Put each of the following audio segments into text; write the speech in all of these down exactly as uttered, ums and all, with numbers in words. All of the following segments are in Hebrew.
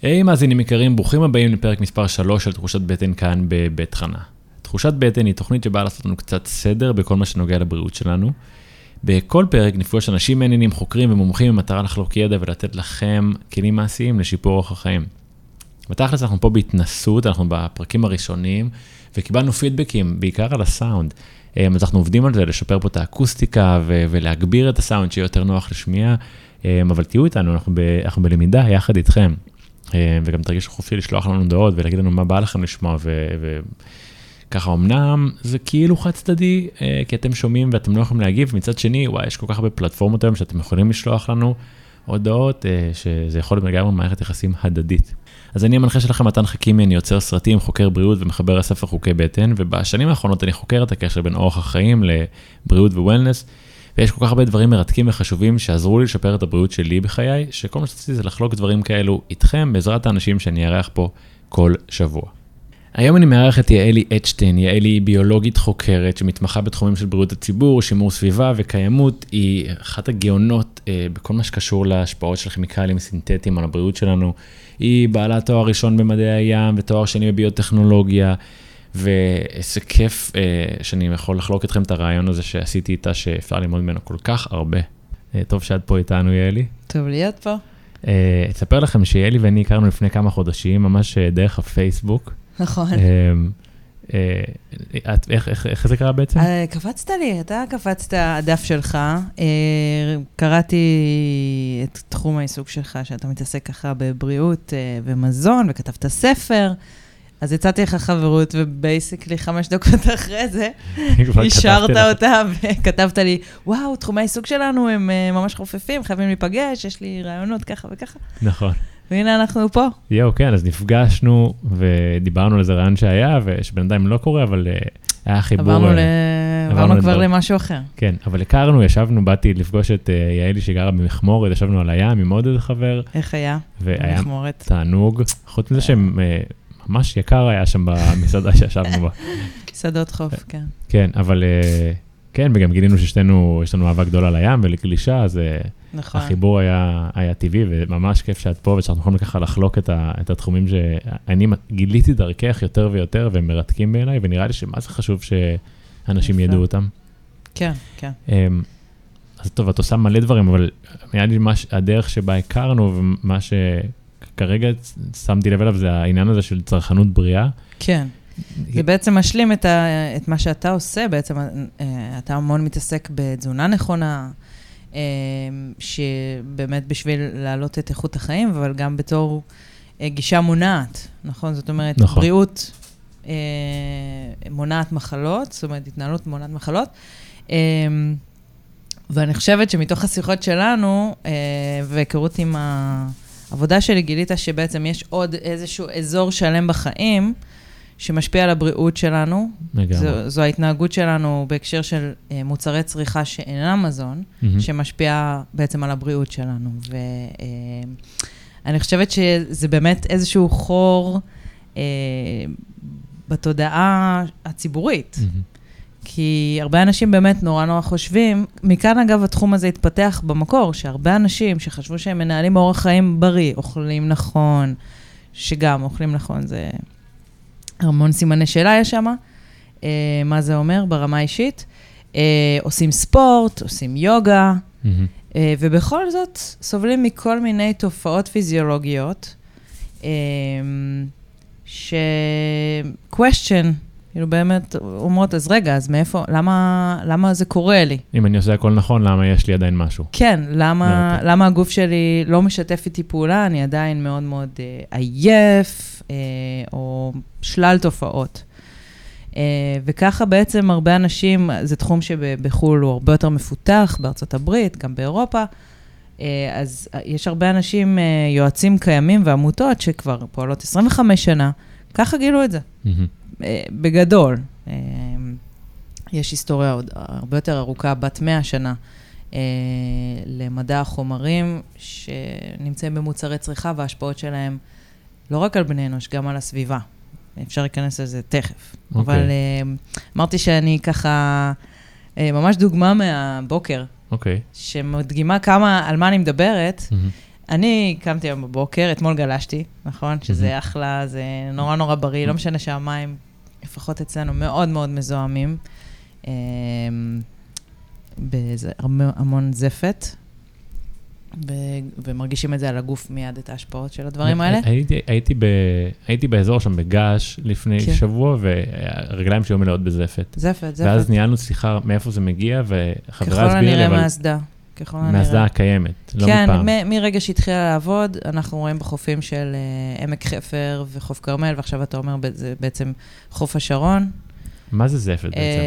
היי מאזינים יקרים, ברוכים הבאים לפרק מספר שלוש של תחושת בטן כאן בבית חנה. תחושת בטן היא תוכנית שבאה לעשות לנו קצת סדר בכל מה שנוגע לבריאות שלנו. בכל פרק נפגוש אנשים מעניינים, חוקרים ומומחים במטרה לחלוק ידע ולתת לכם כלים מעשיים לשיפור אורח החיים. בתכלס אנחנו פה בהתנסות, אנחנו בפרקים הראשונים, וקיבלנו פידבקים בעיקר על הסאונד. אז אנחנו עובדים על זה, לשפר פה את האקוסטיקה ו- ולהגביר את הסאונד שיהיה יותר נוח לשמיעה, אבל תהיו איתנו, אנחנו, ב- אנחנו בלמידה יחד איתכם. וגם תרגישו חופשי לשלוח לנו דעות ולהגיד לנו מה בא לכם לשמוע, וככה אמנם זה כאילו חד צדדי, כי אתם שומעים ואתם לא יכולים להגיב, מצד שני, וואי, יש כל כך הרבה פלטפורמות היום שאתם יכולים לשלוח לנו הודעות, שזה יכול להיות לגמרי מערכת יחסים הדדית. אז אני המנחה שלכם מתן חכימי, אני יוצר סרטים, חוקר בריאות ומחבר הספר חוקי בטן, ובשנים האחרונות אני חוקר את הקשר בין אורח החיים לבריאות ווולנס, ויש כל כך הרבה דברים מרתקים וחשובים שעזרו לי לשפר את הבריאות שלי בחיי, שכל מה שרציתי זה לחלוק דברים כאלו איתכם, בעזרת האנשים שאני אארח פה כל שבוע. היום אני מארח את יעלי אצ'טיין. יעלי היא ביולוגית חוקרת שמתמחה בתחומים של בריאות הציבור, שימור סביבה וקיימות. היא אחת הגאונות אה, בכל מה שקשור להשפעות של כימיקלים סינתטיים על הבריאות שלנו. היא בעלת תואר ראשון במדעי הים ותואר שני בביוטכנולוגיה, ואיזה כיף אה, שאני יכול לחלוק אתכם את הרעיון הזה שעשיתי איתה, שאפשר ללמוד ממנו כל כך הרבה. אה, טוב שאת פה איתנו, יעלי. טוב להיות פה. אה, אספר לכם שיעלי ואני הכרנו לפני כמה חודשים, ממש דרך הפייסבוק. נכון. אה, אה, את, איך, איך, איך זה קרה בעצם? אה, קפצת לי, אתה קפצת הדף שלך, אה, קראתי את תחום העיסוק שלך, שאתה מתעסק ככה בבריאות אה, ומזון, וכתבת ספר, אז יצאתי לך חברות, ובייסיקלי חמש דקות אחרי זה, אישרת אותה, וכתבת לי, וואו, תחומי העיסוק שלנו הם ממש חופפים, חייבים להיפגש, יש לי רעיונות ככה וככה. נכון. והנה אנחנו פה. יאו, כן, אז נפגשנו, ודיברנו על איזה רעיון שהיה, ושבינתיים לא קורה, אבל היה חיבור. עברנו, ל... עברנו כבר למשהו אחר. כן, אבל הכרנו, ישבנו, באתי לפגוש את יעלי שגרה במחמורת, ישבנו על הים עם עוד איזה חבר. איך היה? והיה תענוג. חוץ מזה שהם... ממש יקר היה שם במסעדה שישבנו בה. מסעדות חוף, כן. כן, אבל כן, וגם גילינו ששתינו, יש לנו אהבה גדולה לים ולגלישה, אז החיבור היה טבעי, וממש כיף שאת פה, ושאנחנו יכולים ככה לחלוק את התחומים שאני גיליתי דרכך יותר ויותר, והם מרתקים בעיניי, ונראה לי שמה זה חשוב שאנשים ידעו אותם. כן, כן. אז טוב, את עושה מלא דברים, אבל נראה לי הדרך שבה הכרנו, ומה ש... כרגע שמתי לב אליו, זה העניין הזה של צרכנות בריאה. כן. זה בעצם משלים את, ה, את מה שאתה עושה, בעצם אתה המון מתעסק בתזונה נכונה, שבאמת בשביל להעלות את איכות החיים, אבל גם בתור גישה מונעת, נכון? זאת אומרת, נכון. בריאות מונעת מחלות, זאת אומרת, התנהלות מונעת מחלות, ואני חושבת שמתוך השיחות שלנו, והיכרות עם ה... עבודה שלי גילית שבעצם יש עוד איזשהו אזור שלם בחיים, שמשפיע על הבריאות שלנו. זו, זו ההתנהגות שלנו בהקשר של אה, מוצרי צריכה שאינם מזון, mm-hmm. שמשפיע בעצם על הבריאות שלנו. ואני אה, חושבת שזה באמת איזשהו חור אה, בתודעה הציבורית. Mm-hmm. כי הרבה אנשים באמת נורא נורא חושבים, מכאן אגב התחום הזה התפתח במקור, שהרבה אנשים שחשבו שהם מנהלים אורח חיים בריא, אוכלים נכון, שגם אוכלים נכון, זה המון סימני שאלה יש שם, אה, מה זה אומר ברמה האישית, אה, עושים ספורט, עושים יוגה, mm-hmm. אה, ובכל זאת סובלים מכל מיני תופעות פיזיולוגיות, אה, ש-question, כאילו באמת אומרות, אז רגע, אז מאיפה, למה, למה זה קורה לי? אם אני עושה הכל נכון, למה יש לי עדיין משהו? כן, למה, למה הגוף שלי לא משתף איתי פעולה, אני עדיין מאוד מאוד אה, עייף, אה, או שלל תופעות. אה, וככה בעצם הרבה אנשים, זה תחום שבחול הוא הרבה יותר מפותח, בארצות הברית, גם באירופה, אה, אז יש הרבה אנשים, אה, יועצים קיימים ועמותות, שכבר פועלות עשרים וחמש שנה, ככה גילו את זה. Mm-hmm. בגדול, יש היסטוריה עוד הרבה יותר ארוכה, בת מאה שנה, למדע החומרים שנמצאים במוצרי צריכה, וההשפעות שלהם לא רק על בני אנוש, גם על הסביבה. אפשר להיכנס לזה תכף. Okay. אבל אמרתי שאני ככה, ממש דוגמה מהבוקר, okay. שמדגימה כמה, על מה אני מדברת, mm-hmm. אני קמתי היום בבוקר, אתמול גלשתי, נכון? שזה אחלה, זה נורא נורא בריא, לא משנה שהמים, לפחות אצלנו, מאוד מאוד מזוהמים. באיזה המון זפת, ומרגישים את זה על הגוף מיד, את ההשפעות של הדברים האלה. הייתי באזור שם בגש לפני שבוע, והרגליים שהיו מלאות בזפת. זפת, זפת. ואז ניהלנו שיחה מאיפה זה מגיע, וחברה הסבירה לי, אבל... ככל הנראה מהאסדה. מהאסדה הקיימת, לא מפעם. כן, מרגע שהתחילה לעבוד, אנחנו רואים בחופים של עמק חפר וחוף כרמל, ועכשיו אתה אומר, זה בעצם חוף השרון. מה זה זפת בעצם?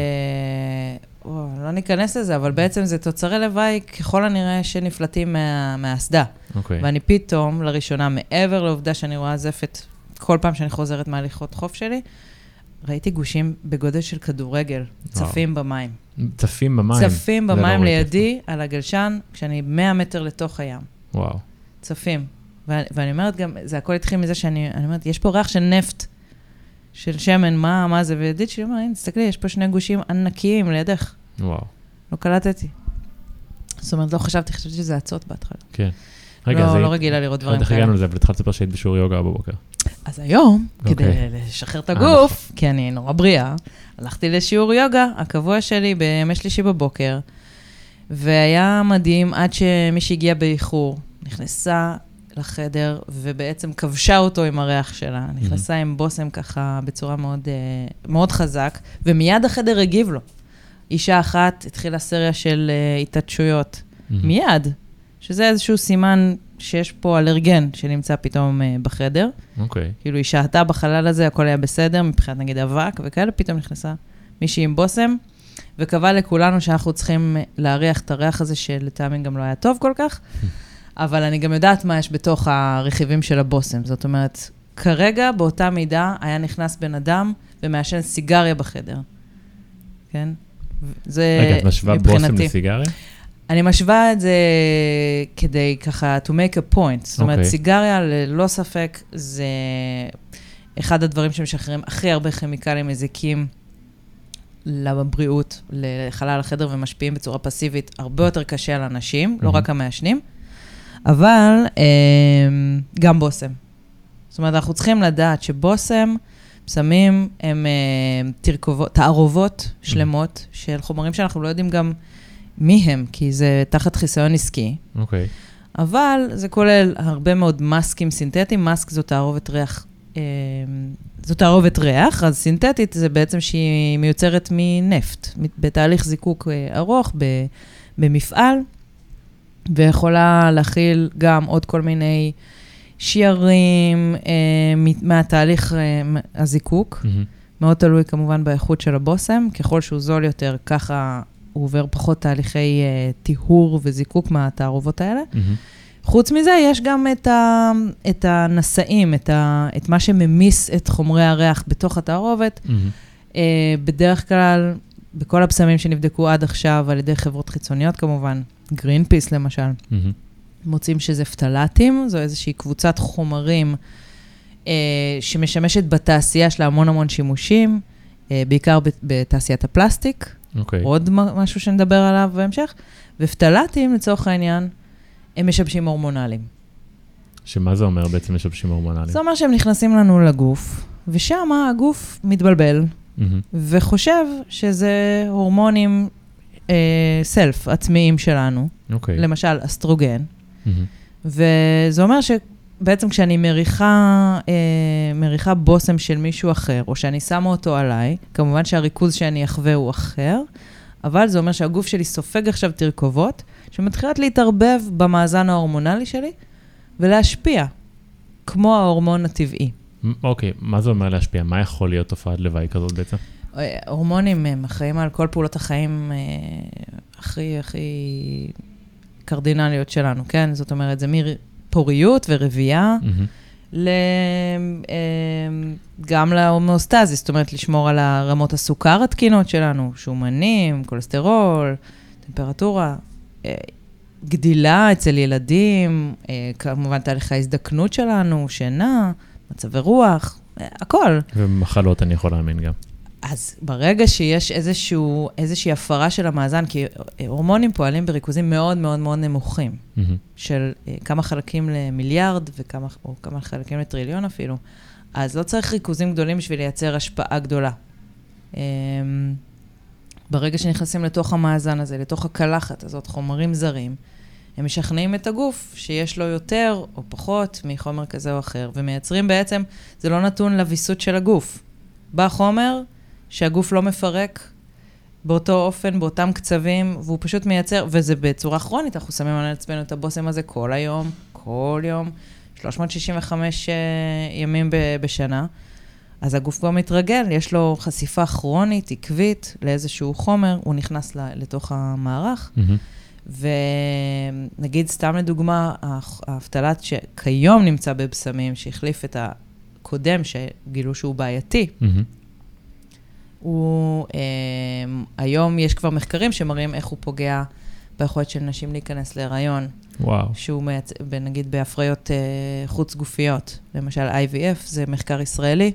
לא ניכנס לזה, אבל בעצם זה תוצרי לוואי ככל הנראה שנפלטים מהאסדה. ואני פתאום, לראשונה, מעבר לעובדה שאני רואה זפת, כל פעם שאני חוזרת מהליכות חוף שלי, ראיתי גושים בגודל של כדורגל, צפים במים. צפים במים? צפים במים לידי, על הגלשן, כשאני מאה מטר לתוך הים. וואו. צפים. ואני אומרת גם, זה הכל התחיל מזה שאני אומרת, יש פה ריח של נפט, של שמן, מה, מה זה, וידיד שלי אומר, הנה, תסתכלי, יש פה שני גושים ענקיים לידך. וואו. לא קלטתי. זאת אומרת, לא חשבתי, חשבתי שזה עצות בהתחלה. כן. לא, לא רגילה לראות דברים כאלה. איך הגענו לזה, אבל התחלת לספר שהיית בשיעור יוגה בבוקר. אז היום, כדי לשחרר את הגוף, כי אני נורא בריאה, הלכתי לשיעור יוגה, הקבוע שלי בימי שלישי בבוקר, והיה מדהים עד שמי שהגיע באיחור, נכנסה לחדר, ובעצם כבשה אותו עם הריח שלה. נכנסה עם בוסם ככה בצורה מאוד, מאוד חזק, ומיד החדר הגיב לו. אישה אחת התחילה סריה של התעטשויות. מיד. שזה איזשהו סימן שיש פה אלרגן שנמצא פתאום בחדר. אוקיי. כאילו היא שהתה בחלל הזה, הכל היה בסדר, מבחינת נגיד אבק וכאלה, פתאום נכנסה מישהי עם בוסם, וקבע לכולנו שאנחנו צריכים להריח את הריח הזה, שלטעמים גם לא היה טוב כל כך, אבל אני גם יודעת מה יש בתוך הרכיבים של הבוסם. זאת אומרת, כרגע באותה מידה היה נכנס בן אדם ומעשן סיגריה בחדר. כן? זה רגע, את משווה בוסם לסיגריה? אני משווה את זה כדי ככה to make a point. זאת אומרת, סיגריה ללא ספק זה אחד הדברים שמשחררים הכי הרבה כימיקלים מזיקים לבריאות, לחלל החדר ומשפיעים בצורה פסיבית הרבה יותר קשה על אנשים, לא רק המעשנים, אבל גם בוסם. זאת אומרת, אנחנו צריכים לדעת שבוסם, פסמים הם תערובות שלמות של חומרים שאנחנו לא יודעים גם מי הם, כי זה תחת חיסיון עסקי. אוקיי. אבל זה כולל הרבה מאוד מסקים סינתטיים. מסק זו תערובת ריח, זו תערובת ריח, אז סינתטית זה בעצם שהיא מיוצרת מנפט, בתהליך זיקוק ארוך, במפעל, ויכולה להכיל גם עוד כל מיני שיירים מהתהליך הזיקוק. מאוד תלוי כמובן באיכות של הבוסם, ככל שהוא זול יותר, ככה הוא עובר פחות תהליכי טיהור וזיקוק מהתערובות האלה. חוץ מזה, יש גם את, ה, את הנשאים, את, ה, את מה שממיס את חומרי הריח בתוך התערובת. Mm-hmm. בדרך כלל, בכל הפסמים שנבדקו עד עכשיו, על ידי חברות חיצוניות כמובן, גרינפיס למשל, mm-hmm. מוצאים שזה פטלטים, זו איזושהי קבוצת חומרים אה, שמשמשת בתעשייה שלה המון המון שימושים, אה, בעיקר בתעשיית הפלסטיק, okay. עוד משהו שנדבר עליו בהמשך, ופטלטים לצורך העניין, הם משבשים הורמונליים. שמה זה אומר בעצם משבשים הורמונליים? זה אומר שהם נכנסים לנו לגוף, ושם הגוף מתבלבל, mm-hmm. וחושב שזה הורמונים אה, סלף, עצמיים שלנו, okay. למשל אסטרוגן, mm-hmm. וזה אומר שבעצם כשאני מריחה, אה, מריחה בוסם של מישהו אחר, או שאני שמה אותו עליי, כמובן שהריכוז שאני אחווה הוא אחר, אבל זה אומר שהגוף שלי סופג עכשיו תרכובות, שמתחילות להתערבב במאזן ההורמונלי שלי, ולהשפיע, כמו ההורמון הטבעי. אוקיי, מה זה אומר להשפיע? מה יכול להיות תופעת לוואי כזאת בעצם? הורמונים הם אחראים על כל פעולות החיים הכי, הכי קרדינליות שלנו, כן? זאת אומרת, זה מפוריות ורבייה, גם להומאוסטזיס, זאת אומרת, לשמור על הרמות הסוכר התקינות שלנו, שומנים, כולסטרול, טמפרטורה, גדילה אצל ילדים, כמובן תהליך ההזדקנות שלנו, שינה, מצבי רוח, הכל. ומחלות אני יכול להאמין גם. אז ברגע שיש איזשהו, איזושהי הפרה של המאזן, כי הורמונים פועלים בריכוזים מאוד מאוד מאוד נמוכים, mm-hmm. של כמה חלקים למיליארד, וכמה, או כמה חלקים לטריליון אפילו, אז לא צריך ריכוזים גדולים בשביל לייצר השפעה גדולה. ברגע שנכנסים לתוך המאזן הזה, לתוך הקלחת הזאת, חומרים זרים, הם משכנעים את הגוף שיש לו יותר או פחות מחומר כזה או אחר, ומייצרים בעצם, זה לא נתון לוויסות של הגוף. בא חומר שהגוף לא מפרק באותו אופן, באותם קצבים, והוא פשוט מייצר, וזה בצורה כרונית, אנחנו שמים על עצמנו את הבושם הזה כל היום, כל יום, שלוש מאות שישים וחמישה ימים בשנה, אז הגוף כבר מתרגל, יש לו חשיפה כרונית, עקבית, לאיזשהו חומר, הוא נכנס לתוך המערך, mm-hmm. ונגיד, סתם לדוגמה, ההפתלת שכיום נמצא בבשמים, שהחליף את הקודם, שגילו שהוא בעייתי, mm-hmm. הוא, אה, היום יש כבר מחקרים שמראים איך הוא פוגע ביכולת של נשים להיכנס להיריון. וואו. שהוא מייצ... נגיד בהפריות אה, חוץ גופיות, למשל איי וי אף, זה מחקר ישראלי,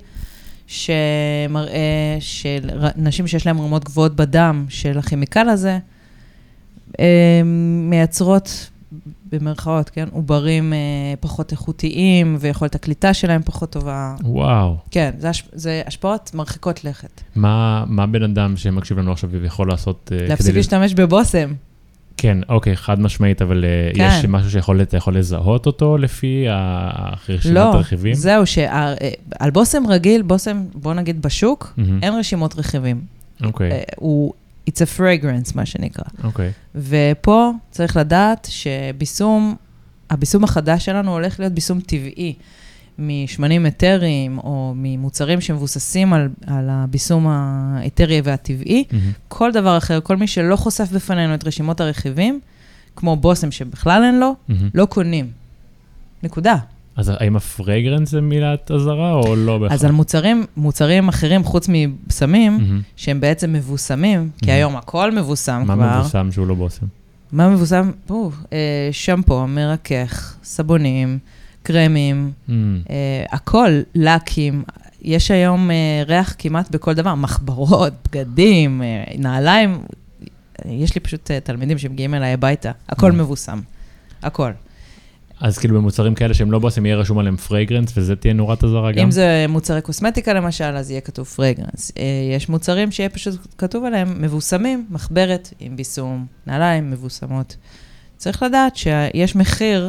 שמראה שנשים שיש להן רמות גבוהות בדם של הכימיקל הזה, אה, מייצרות, במרכאות, כן, עוברים אה, פחות איכותיים, ויכולת הקליטה שלהם פחות טובה. וואו. כן, זה, זה השפעות מרחיקות לכת. מה, מה בן אדם שמקשיב לנו עכשיו ויכול לעשות... להפסיק כדי... להשתמש בבושם. כן, אוקיי, חד משמעית, אבל כן. יש משהו שיכול יכול לזהות אותו לפי הרשימת לא, הרכיבים? לא, זהו, שעל בושם רגיל, בושם, בוא נגיד בשוק, mm-hmm. אין רשימות רכיבים. אוקיי. Uh, הוא, it's a fragrance, מה שנקרא. אוקיי. ופה צריך לדעת שביסום, הביסום החדש שלנו הולך להיות ביסום טבעי, משמנים אתריים, או ממוצרים שמבוססים על, על הביסום האתרי והטבעי. Mm-hmm. כל דבר אחר, כל מי שלא חושף בפנינו את רשימות הרכיבים, כמו בושם שבכלל אין לו, mm-hmm. לא קונים. נקודה. אז האם הפרגרנס זה מילת הזרה או לא בכלל? אז על מוצרים, מוצרים אחרים חוץ מבשמים, mm-hmm. שהם בעצם מבוסמים, mm-hmm. כי היום הכל מבוסם מה כבר. מה מבוסם שהוא לא בושם? מה מבוסם? או, אה, שמפו, מרכך, סבונים, קרמים, mm. אה, הכל, לקים. יש היום אה, ריח כמעט בכל דבר, מחברות, בגדים, אה, נעליים. יש לי פשוט אה, תלמידים שמגיעים אליי הביתה. הכל mm. מבוסם. הכל. אז כאילו במוצרים כאלה שהם לא בושם, יהיה רשום עליהם פרגרנס, וזה תהיה נורת הזרה גם? אם זה מוצרי קוסמטיקה למשל, אז יהיה כתוב פרגרנס. יש מוצרים שיהיה פשוט כתוב עליהם מבוסמים, מחברת עם ביסום, נעליים מבוסמות. צריך לדעת שיש מחיר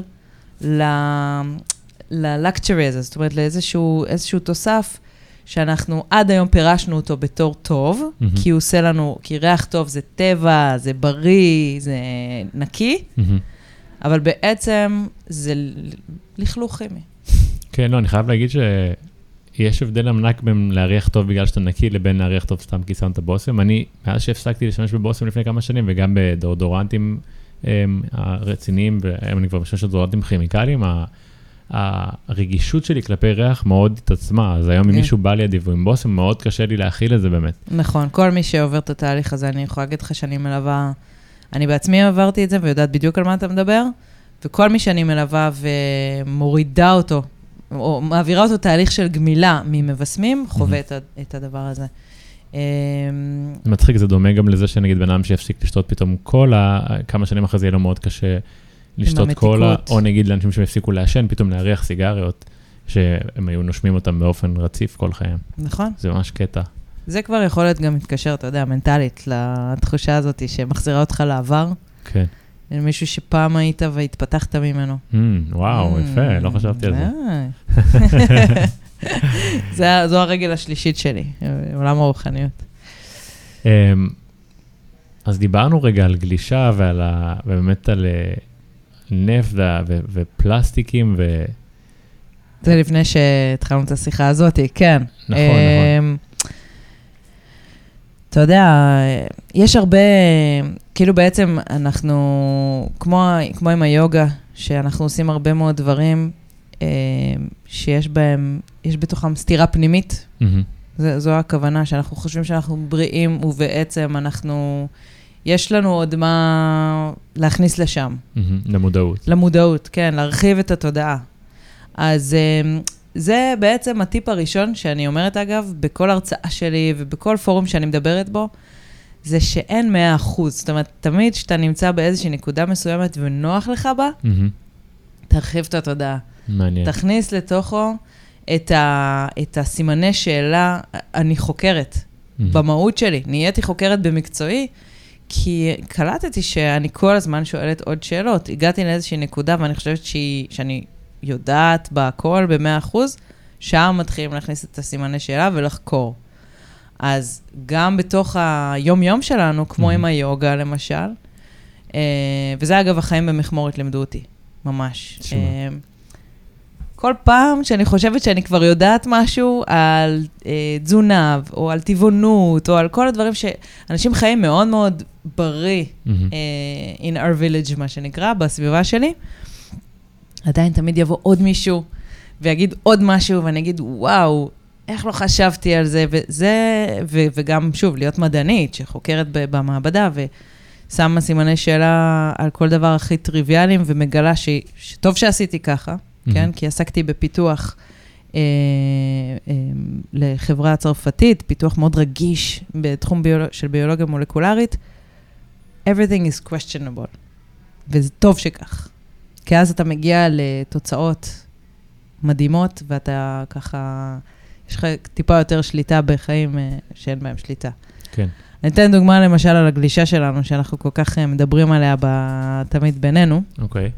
ל-luxury הזה, זאת אומרת לאיזשהו איזשהו תוסף, שאנחנו עד היום פירשנו אותו בתור טוב, mm-hmm. כי הוא עושה לנו, כי ריח טוב זה טבע, זה בריא, זה נקי, mm-hmm. אבל בעצם זה לכלוך כימי. כן, לא, אני חייב להגיד שיש הבדל עמוק בין להריח טוב בגלל שאתה נקי, לבין להריח טוב סתם כי שמת בושם. אני, מאז שהפסקתי לשמש בבושם לפני כמה שנים, וגם בדאודורנטים הרציניים, והיום אני כבר משמש בדאודורנטים כימיקליים, הרגישות שלי כלפי ריח מאוד התעצמה, אז היום אם מישהו בא לידי ועם בושם, מאוד קשה לי להכיל את זה באמת. נכון, כל מי שעובר את התהליך הזה, אני יכולה להגיד לך שאני מלווה, אני בעצמי עברתי את זה, ויודעת בדיוק על מה אתה מדבר, וכל מי שאני מלווה ומורידה אותו, או מעבירה אותו תהליך של גמילה ממבשמים, חווה את הדבר הזה. זה מצחיק, זה דומה גם לזה שנגיד בנאדם שיפסיק לשתות פתאום קולה, כמה שנים אחרי זה יהיה לו מאוד קשה לשתות קולה, או נגיד לאנשים שהפסיקו לעשן, פתאום להריח סיגריות, שהם היו נושמים אותם באופן רציף כל חיים. נכון. זה ממש קטע. זה כבר יכול להיות גם מתקשר, אתה יודע, מנטלית, לתחושה הזאת שמחזירה אותך לעבר. כן. מישהו שפעם היית והתפתחת ממנו. וואו, יפה, לא חשבתי על זה. זו הרגל השלישית שלי, עולם הרוחניות. אז דיברנו רגע על גלישה ובאמת על נפט ופלסטיקים ו... זה לפני שהתחלנו את השיחה הזאת, כן. נכון, נכון. אתה יודע, יש הרבה, כאילו בעצם אנחנו, כמו, כמו עם היוגה, שאנחנו עושים הרבה מאוד דברים, שיש בהם, יש בתוכם סתירה פנימית. Mm-hmm. זו, זו הכוונה, שאנחנו חושבים שאנחנו בריאים, ובעצם אנחנו, יש לנו עוד מה להכניס לשם. Mm-hmm. למודעות. למודעות, כן, להרחיב את התודעה. אז זה בעצם הטיפ הראשון שאני אומרת, אגב, בכל הרצאה שלי ובכל פורום שאני מדברת בו, זה שאין מאה אחוז. זאת אומרת, תמיד שאתה נמצא באיזושהי נקודה מסוימת ונוח לך בה, mm-hmm. תרחיב את התודעה. מעניין. תכניס לתוכו את, ה, את הסימני שאלה, אני חוקרת mm-hmm. במהות שלי. נהייתי חוקרת במקצועי, כי קלטתי שאני כל הזמן שואלת עוד שאלות. הגעתי לאיזושהי נקודה, ואני חושבת שהיא, שאני יודעת בהכל ב-מאה אחוז, שם מתחילים להכניס את הסימני שאלה ולחקור. אז גם בתוך היום-יום שלנו, כמו mm-hmm. עם היוגה למשל, וזה אגב החיים במחמורת לימדו אותי, ממש. שמה. כל פעם שאני חושבת שאני כבר יודעת משהו על אה, תזונה, או על טבעונות, או על כל הדברים שאנשים חיים מאוד מאוד בריא, mm-hmm. אה, in our village, מה שנקרא, בסביבה שלי, עדיין תמיד יבוא עוד מישהו, ויגיד עוד משהו, ואני אגיד, וואו, איך לא חשבתי על זה, וזה, ו, וגם, שוב, להיות מדענית, שחוקרת במעבדה, ושמה סימני שאלה על כל דבר הכי טריוויאליים, ומגלה ש, שטוב שעשיתי ככה, mm-hmm. כן? כי עסקתי בפיתוח אה, אה, לחברה צרפתית, פיתוח מאוד רגיש בתחום ביולוג, של ביולוגיה מולקולרית. Everything is questionable. וזה טוב שכך. כי אז אתה מגיע לתוצאות מדהימות, ואתה ככה, יש לך טיפה יותר שליטה בחיים אה, שאין בהם שליטה. כן. אני אתן דוגמה למשל על הגלישה שלנו, שאנחנו כל כך מדברים עליה תמיד בינינו. אוקיי.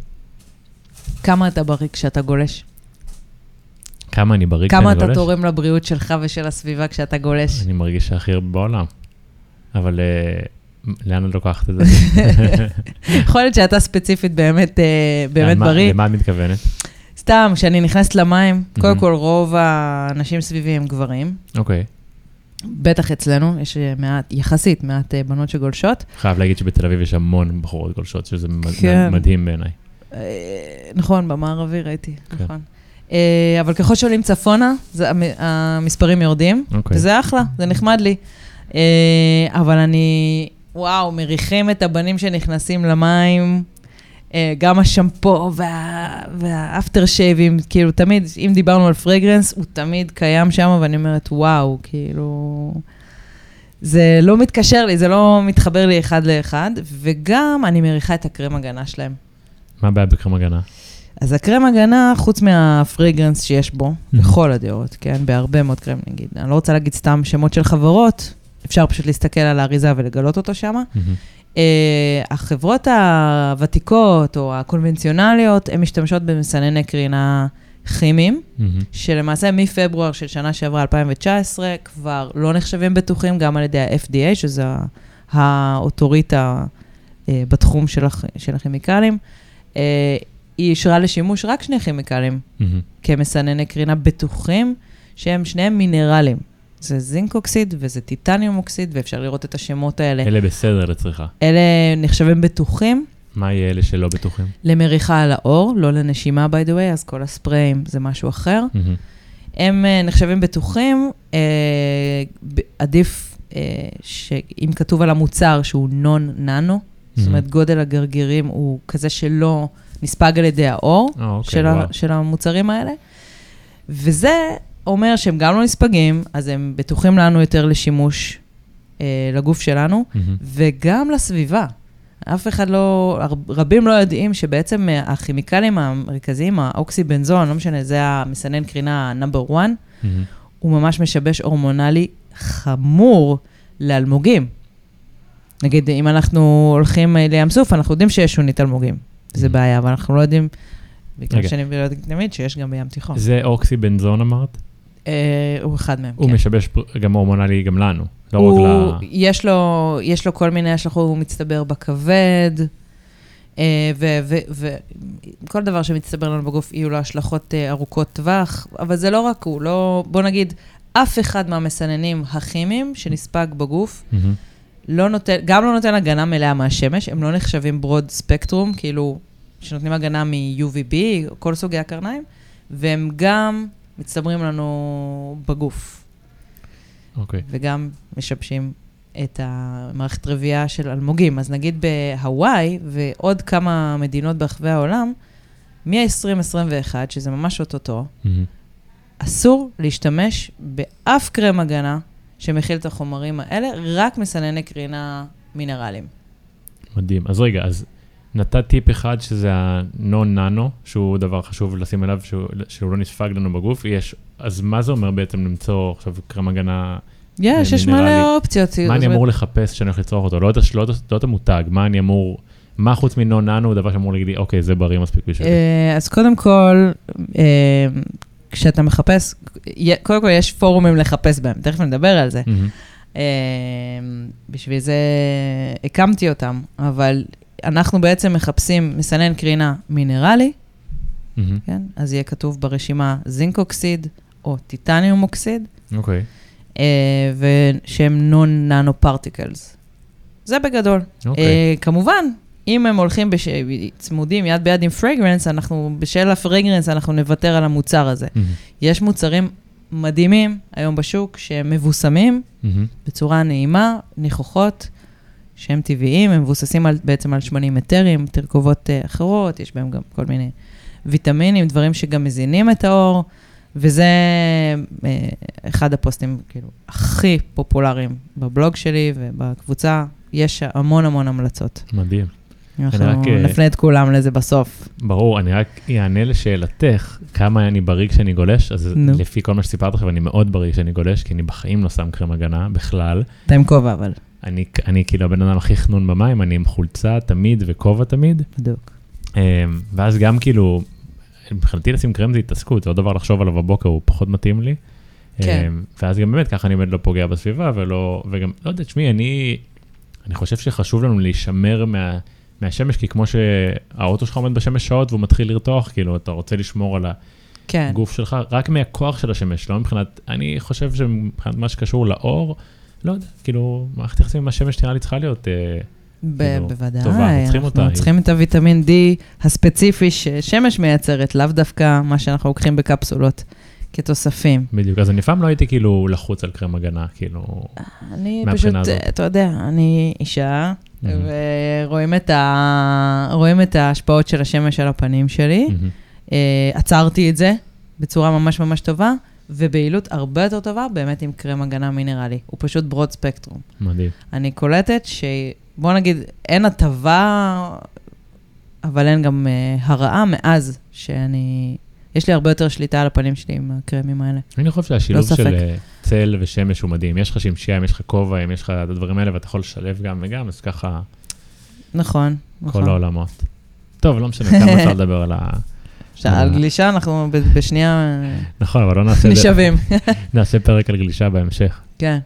כמה אתה בריא כשאתה גולש? כמה אני בריא כשאני גולש? גולש? כמה אתה תורם לבריאות שלך ושל הסביבה כשאתה גולש? אני מרגיש שהכי הרבה בעולם. אבל uh, לאן אני לוקחת את זה? יכול להיות שאתה ספציפית באמת, uh, באמת בריא. למה את מתכוונת? סתם, כשאני נכנסת למים, קודם כל רוב האנשים סביבי הם גברים. אוקיי. בטח אצלנו, יש מעט, יחסית מעט בנות שגולשות. חייב להגיד שבתל אביב יש המון בחורות גולשות, שזה מדהים בעיניי. נכון, במערבי ראיתי, נכון. אבל ככל שעולים צפונה, המספרים יורדים, וזה אחלה, זה נחמד לי. אבל אני, וואו, מריחים את הבנים שנכנסים למים, גם השמפו והאפטר שייבים, כאילו תמיד, אם דיברנו על פרגרנס, הוא תמיד קיים שם, ואני אומרת, וואו, כאילו, זה לא מתקשר לי, זה לא מתחבר לי אחד לאחד, וגם אני מריחה את הקרם הגנה שלהם. מה הבעיה בקרם הגנה? אז הקרם הגנה, חוץ מהפרגרנס שיש בו, בכל הדעות, כן, בהרבה מאוד קרם נגיד, אני לא רוצה להגיד סתם שמות של חברות, אפשר פשוט להסתכל על האריזה ולגלות אותו שם, Uh, החברות הוותיקות או הקונבנציונליות, הן משתמשות במסנני קרינה כימיים, mm-hmm. שלמעשה מפברואר של שנה שעברה אלפיים תשע עשרה, כבר לא נחשבים בטוחים גם על ידי ה-אף די איי, שזה האוטוריטה uh, בתחום של, הכ... של הכימיקלים. Uh, היא אישרה לשימוש רק שני כימיקלים, mm-hmm. כמסנני קרינה בטוחים, שהם שניהם מינרלים. זה זינק אוקסיד וזה טיטניום אוקסיד, ואפשר לראות את השמות האלה. אלה בסדר לצריכה. אלה נחשבים בטוחים. מה יהיה אלה שלא בטוחים? למריחה על האור, לא לנשימה, by the way, אז כל הספריים זה משהו אחר. Mm-hmm. הם נחשבים בטוחים, אה, עדיף אה, שאם כתוב על המוצר שהוא נון-ננו, mm-hmm. זאת אומרת גודל הגרגירים הוא כזה שלא נספג על ידי האור oh, okay, של, wow. ה, של המוצרים האלה. וזה אומר שהם גם לא נספגים, אז הם בטוחים לנו יותר לשימוש אה, לגוף שלנו, mm-hmm. וגם לסביבה. אף אחד לא, רבים לא יודעים שבעצם הכימיקלים המרכזיים, האוקסיבנזון, לא משנה, זה המסנן קרינה נאמבר אחת, mm-hmm. הוא ממש משבש הורמונלי חמור לאלמוגים. נגיד, אם אנחנו הולכים לים סוף, אנחנו יודעים שיש שונית אלמוגים. זה mm-hmm. בעיה, אבל אנחנו לא יודעים, בגלל שאני ביולוגית תמיד, שיש גם בים תיכון. זה אוקסיבנזון אמרת? הוא אחד מהם, הוא כן. משבש גם הורמונלי גם לנו, לא הוא, רק ל... יש לו, יש לו כל מיני השלכות, הוא מצטבר בכבד, וכל דבר שמצטבר לנו בגוף, יהיו לו השלכות ארוכות טווח, אבל זה לא רק הוא, לא, בוא נגיד, אף אחד מהמסננים הכימיים שנספג בגוף, mm-hmm. לא נותן, גם לא נותן הגנה מלאה מהשמש, הם לא נחשבים ברוד ספקטרום, כאילו, שנותנים הגנה מ-יו וי בי, כל סוגי הקרניים, והם גם מצטברים לנו בגוף. אוקיי. וגם משבשים את המערכת רבייה של אלמוגים. אז נגיד בהוואי, ועוד כמה מדינות ברחבי העולם, מ-עשרים עשרים ואחת, שזה ממש אוטוטו, mm-hmm. אסור להשתמש באף קרם הגנה שמכיל את החומרים האלה, רק מסנני קרינה מינרליים. מדהים. אז רגע, אז נתת טיפ אחד שזה הנון-ננו, שהוא דבר חשוב לשים אליו, שהוא, שהוא לא נספג לנו בגוף. יש, אז מה זה אומר בעצם למצוא עכשיו קרם הגנה מינרלי? יש, יש מלא אופציות. מה אני אמור לחפש שאני הולך לצרוך אותו? לא, לא, לא את המותג, מה אני אמור, מה חוץ מנון-ננו הוא דבר שאמור להגיד לי, אוקיי, זה בריא מספיק בשבילי. אז קודם כל, כשאתה מחפש, קודם כל יש פורומים לחפש בהם, תכף נדבר על זה. בשביל זה הקמתי אותם, אבל אנחנו בעצם מחפשים מסנן קרינה מינרלי, כן? אז יהיה כתוב ברשימה זינק אוקסיד או טיטניום אוקסיד, אוקיי. ושהם נון-ננו פרטיקלס. זה בגדול. כמובן, אם הם הולכים צמודים יד ביד עם פרגרנס, אנחנו בשל הפרגרנס, אנחנו נוותר על המוצר הזה. יש מוצרים מדהימים היום בשוק, שהם מבוסמים בצורה נעימה, ניחוחות, שהם טבעיים, הם מבוססים על, בעצם על שמנים מטרים, תרכובות uh, אחרות, יש בהם גם כל מיני ויטמינים, דברים שגם מזינים את האור, וזה uh, אחד הפוסטים כאילו, הכי פופולריים בבלוג שלי ובקבוצה, יש המון המון המלצות. מדהים. אנחנו רק, נפנה את כולם לזה בסוף. ברור, אני רק אענה לשאלתך, כמה אני בריא כשאני גולש, אז נו. לפי כל מה שסיפרת עכשיו, אני מאוד בריא כשאני גולש, כי אני בחיים לא שם קרם הגנה בכלל. אתה עם כובע, אבל. אני, אני כאילו הבן אדם הכי חנון במים, אני עם חולצה תמיד וכובע תמיד. בדיוק. ואז גם כאילו, מבחינתי לשים קרם זה התעסקות, זה עוד דבר לחשוב עליו בבוקר, הוא פחות מתאים לי. כן. ואז גם באמת ככה אני באמת לא פוגע בסביבה, ולא, וגם, לא יודע, תשמעי, אני, אני חושב שחשוב לנו להישמר מה, מהשמש, כי כמו שהאוטו שלך עומד בשמש שעות, והוא מתחיל לרתוח, כאילו, אתה רוצה לשמור על הגוף שלך, רק מהכוח של השמש, לא מבחינת, אני חושב שמבחינת מה שקשור לאור, לא יודע, כאילו, מערכת יחסים עם השמש נראה לי צריכה להיות בוודאי, אנחנו צריכים את הוויטמין D הספציפי ששמש מייצרת, לאו דווקא מה שאנחנו לוקחים בקפסולות כתוספים. בדיוק, אז אני פעם לא הייתי כאילו לחוץ על קרם הגנה, כאילו, אני פשוט, אתה יודע, אני אישה, ורואים את ההשפעות של השמש על הפנים שלי, עצרתי את זה בצורה ממש ממש טובה, ובעילות הרבה יותר טובה, באמת עם קרם הגנה מינרלי. הוא פשוט ברוד ספקטרום. מדהים. אני קולטת ש... בוא נגיד, אין הטבה, אבל אין גם uh, הרעה מאז שאני... יש לי הרבה יותר שליטה על הפנים שלי עם הקרמים האלה. אני חושב שהשילוב לא של צל ושמש הוא מדהים. יש לך שמשייה, יש לך כובע, יש לך את הדברים האלה, ואתה יכול לשלב גם וגם, אז ככה... נכון, כל נכון. העולמות. טוב, לא משנה, כמה אפשר לדבר על ה... על גלישה אנחנו בשנייה... נכון, אבל לא נעשה... נשבים. נעשה פרק על גלישה בהמשך. כן.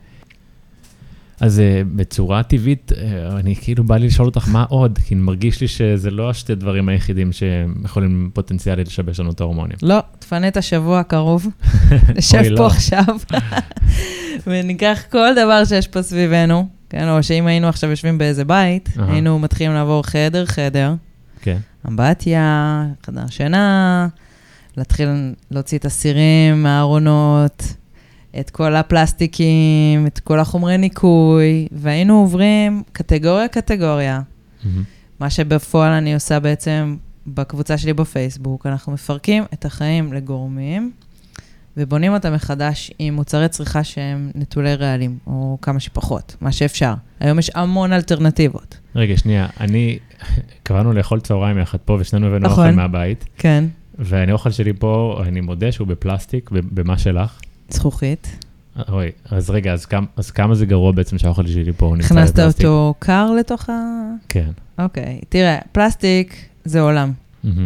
אז בצורה טבעית, אני כאילו בא לי לשאול אותך מה עוד, כי מרגיש לי שזה לא השתי דברים היחידים שיכולים פוטנציאלית לשבש לנו את ההורמונים. לא, תפנה את השבוע הקרוב, נשב פה עכשיו, וניקח כל דבר שיש פה סביבנו, כן, או שאם היינו עכשיו יושבים באיזה בית, היינו מתחילים לעבור חדר, חדר, כן. אמבטיה, חדר שינה, להתחיל להוציא את הסירים מהארונות, את כל הפלסטיקים, את כל החומרי ניקוי, והיינו עוברים קטגוריה קטגוריה. Mm-hmm. מה שבפועל אני עושה בעצם בקבוצה שלי בפייסבוק, אנחנו מפרקים את החיים לגורמים, ובונים אותם מחדש עם מוצרי צריכה שהם נטולי רעלים, או כמה שפחות, מה שאפשר. היום יש המון אלטרנטיבות. רגע, שנייה, אני, קבענו לאכול צהריים יחד פה, ושנינו הבאנו אוכל מהבית. כן. ואני אוכל שלי פה, אני מודה שהוא בפלסטיק, במה שלך. זכוכית. אוי, אז רגע, אז כמה, אז כמה זה גרוע בעצם שהאוכל שלי פה נמצא בפלסטיק? הכנסת אותו קר לתוך ה... כן. אוקיי, תראה, פלסטיק זה עולם.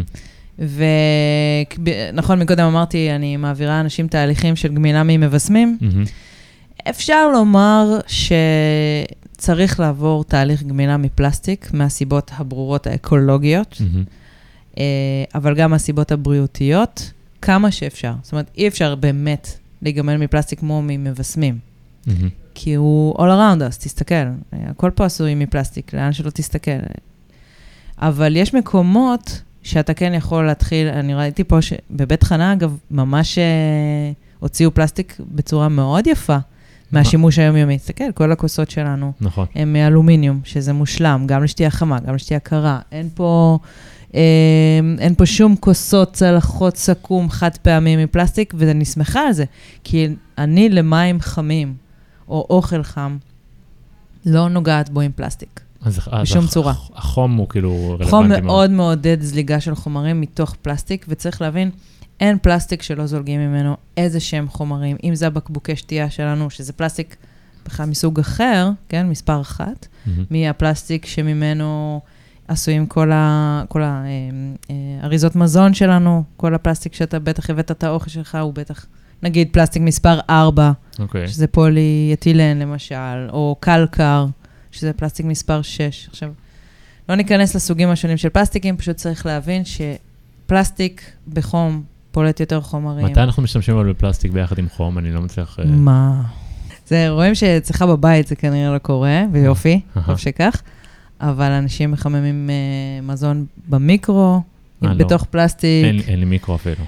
ונכון, מקודם אמרתי, אני מעבירה אנשים תהליכים של גמילה ממבסמים. אפשר לומר שצריך לעבור תהליך גמילה מפלסטיק, מהסיבות הברורות האקולוגיות, אבל גם מהסיבות הבריאותיות, כמה שאפשר. זאת אומרת, אי אפשר באמת להיגמל מפלסטיק כמו ממבסמים. Mm-hmm. כי הוא all around us, תסתכל. הכל פה עשוי מפלסטיק, לאן שלא תסתכל. אבל יש מקומות שאתה כן יכול להתחיל, אני ראיתי פה שבבית חנה, אגב, ממש הוציאו פלסטיק בצורה מאוד יפה, מהשימוש היומיומי. תסתכל, כל הכוסות שלנו. נכון. הם מאלומיניום, שזה מושלם, גם לשתייה חמה, גם לשתייה קרה. אין פה אין פה שום כוסות, צלחות, סכו"ם, חד פעמים מפלסטיק, ואני שמחה על זה, כי אני למים חמים, או אוכל חם, לא נוגעת בו עם פלסטיק. אז, בשום אז צורה. החום הוא כאילו רלוונטי חום מאוד. מאוד מעודד זליגה של חומרים מתוך פלסטיק, וצריך להבין, אין פלסטיק שלא זולגים ממנו איזה שהם חומרים. אם זה הבקבוקי שתייה שלנו, שזה פלסטיק בכלל מסוג אחר, כן, מספר אחת, mm-hmm. מהפלסטיק שממנו עשויים כל ה... כל ה... אה, אה, אריזות מזון שלנו, כל הפלסטיק שאתה בטח הבאת את האוכל שלך, הוא בטח, נגיד פלסטיק מספר ארבע, okay. שזה פוליאתילן למשל, או קלקר, שזה פלסטיק מספר שש. עכשיו, לא ניכנס לסוגים השונים של פלסטיקים, פשוט צריך להבין שפלסטיק בחום פולט יותר חומרים. מתי אנחנו משתמשים אבל בפלסטיק ביחד עם חום? אני לא מצליח... מה? זה, רואים שאצלך בבית זה כנראה לא קורה, ויופי, טוב שכך, אבל אנשים מחממים מזון במיקרו, בתוך פלסטיק. אין לי מיקרו אפילו.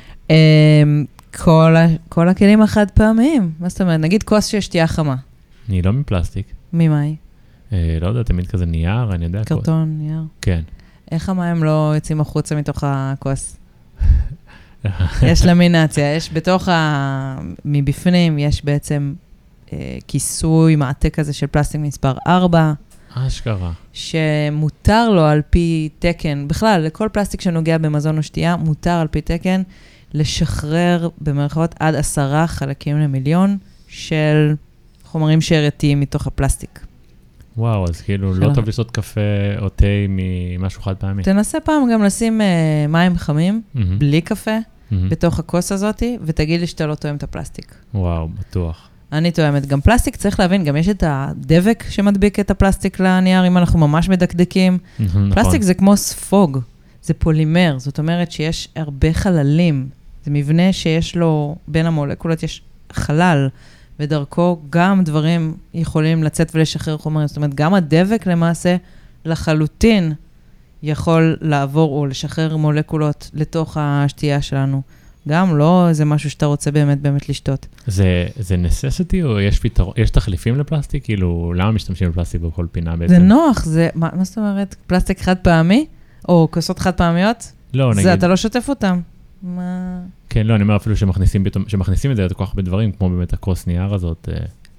כל הכלים החד פעמים. מה זאת אומרת? נגיד כוס של שתייה חמה. היא לא מפלסטיק. ממה היא? לא יודע, תמיד כזה נייר, אני יודע. קרטון, נייר. כן. איך המים לא יוצאים החוצה מתוך הכוס? יש למינציה, יש בתוך ה... מבפנים, יש בעצם אה, כיסוי, מעטה כזה של פלסטיק מספר ארבע. אשכרה. שמותר לו על פי תקן, בכלל, לכל פלסטיק שנוגע במזון או שתייה, מותר על פי תקן לשחרר במרכאות עד עשרה חלקים למיליון של חומרים שארתיים מתוך הפלסטיק. וואו, אז כאילו לא טוב לשתות קפה או תה ממשהו חד פעמי. תנסה פעם גם לשים uh, מים חמים, mm-hmm. בלי קפה, mm-hmm. בתוך הכוס הזאת, ותגיד לי שאתה לא תואם את הפלסטיק. וואו, בטוח. אני תואמת. גם פלסטיק, צריך להבין, גם יש את הדבק שמדביק את הפלסטיק לנייר, אם אנחנו ממש מדקדקים. Mm-hmm, פלסטיק נכון. זה כמו ספוג, זה פולימר, זאת אומרת שיש הרבה חללים. זה מבנה שיש לו, בין המולקולות יש חלל, ודרכו גם דברים יכולים לצאת ולשחרר חומרים. זאת אומרת, גם הדבק למעשה לחלוטין יכול לעבור או לשחרר מולקולות לתוך השתייה שלנו. גם לא זה משהו שאתה רוצה באמת באמת לשתות. זה, זה necessity או יש, פיתר... יש תחליפים לפלסטיק? כאילו, למה משתמשים בפלסטיק בכל פינה בעצם? זה נוח, זה, מה, מה זאת אומרת? פלסטיק חד פעמי? או כוסות חד פעמיות? לא, נגיד. זה, אתה לא שוטף אותם. מה... כן, לא, אני אומר אפילו שמכניסים, שמכניסים את זה כל כך הרבה דברים, כמו באמת הכוס נייר הזאת.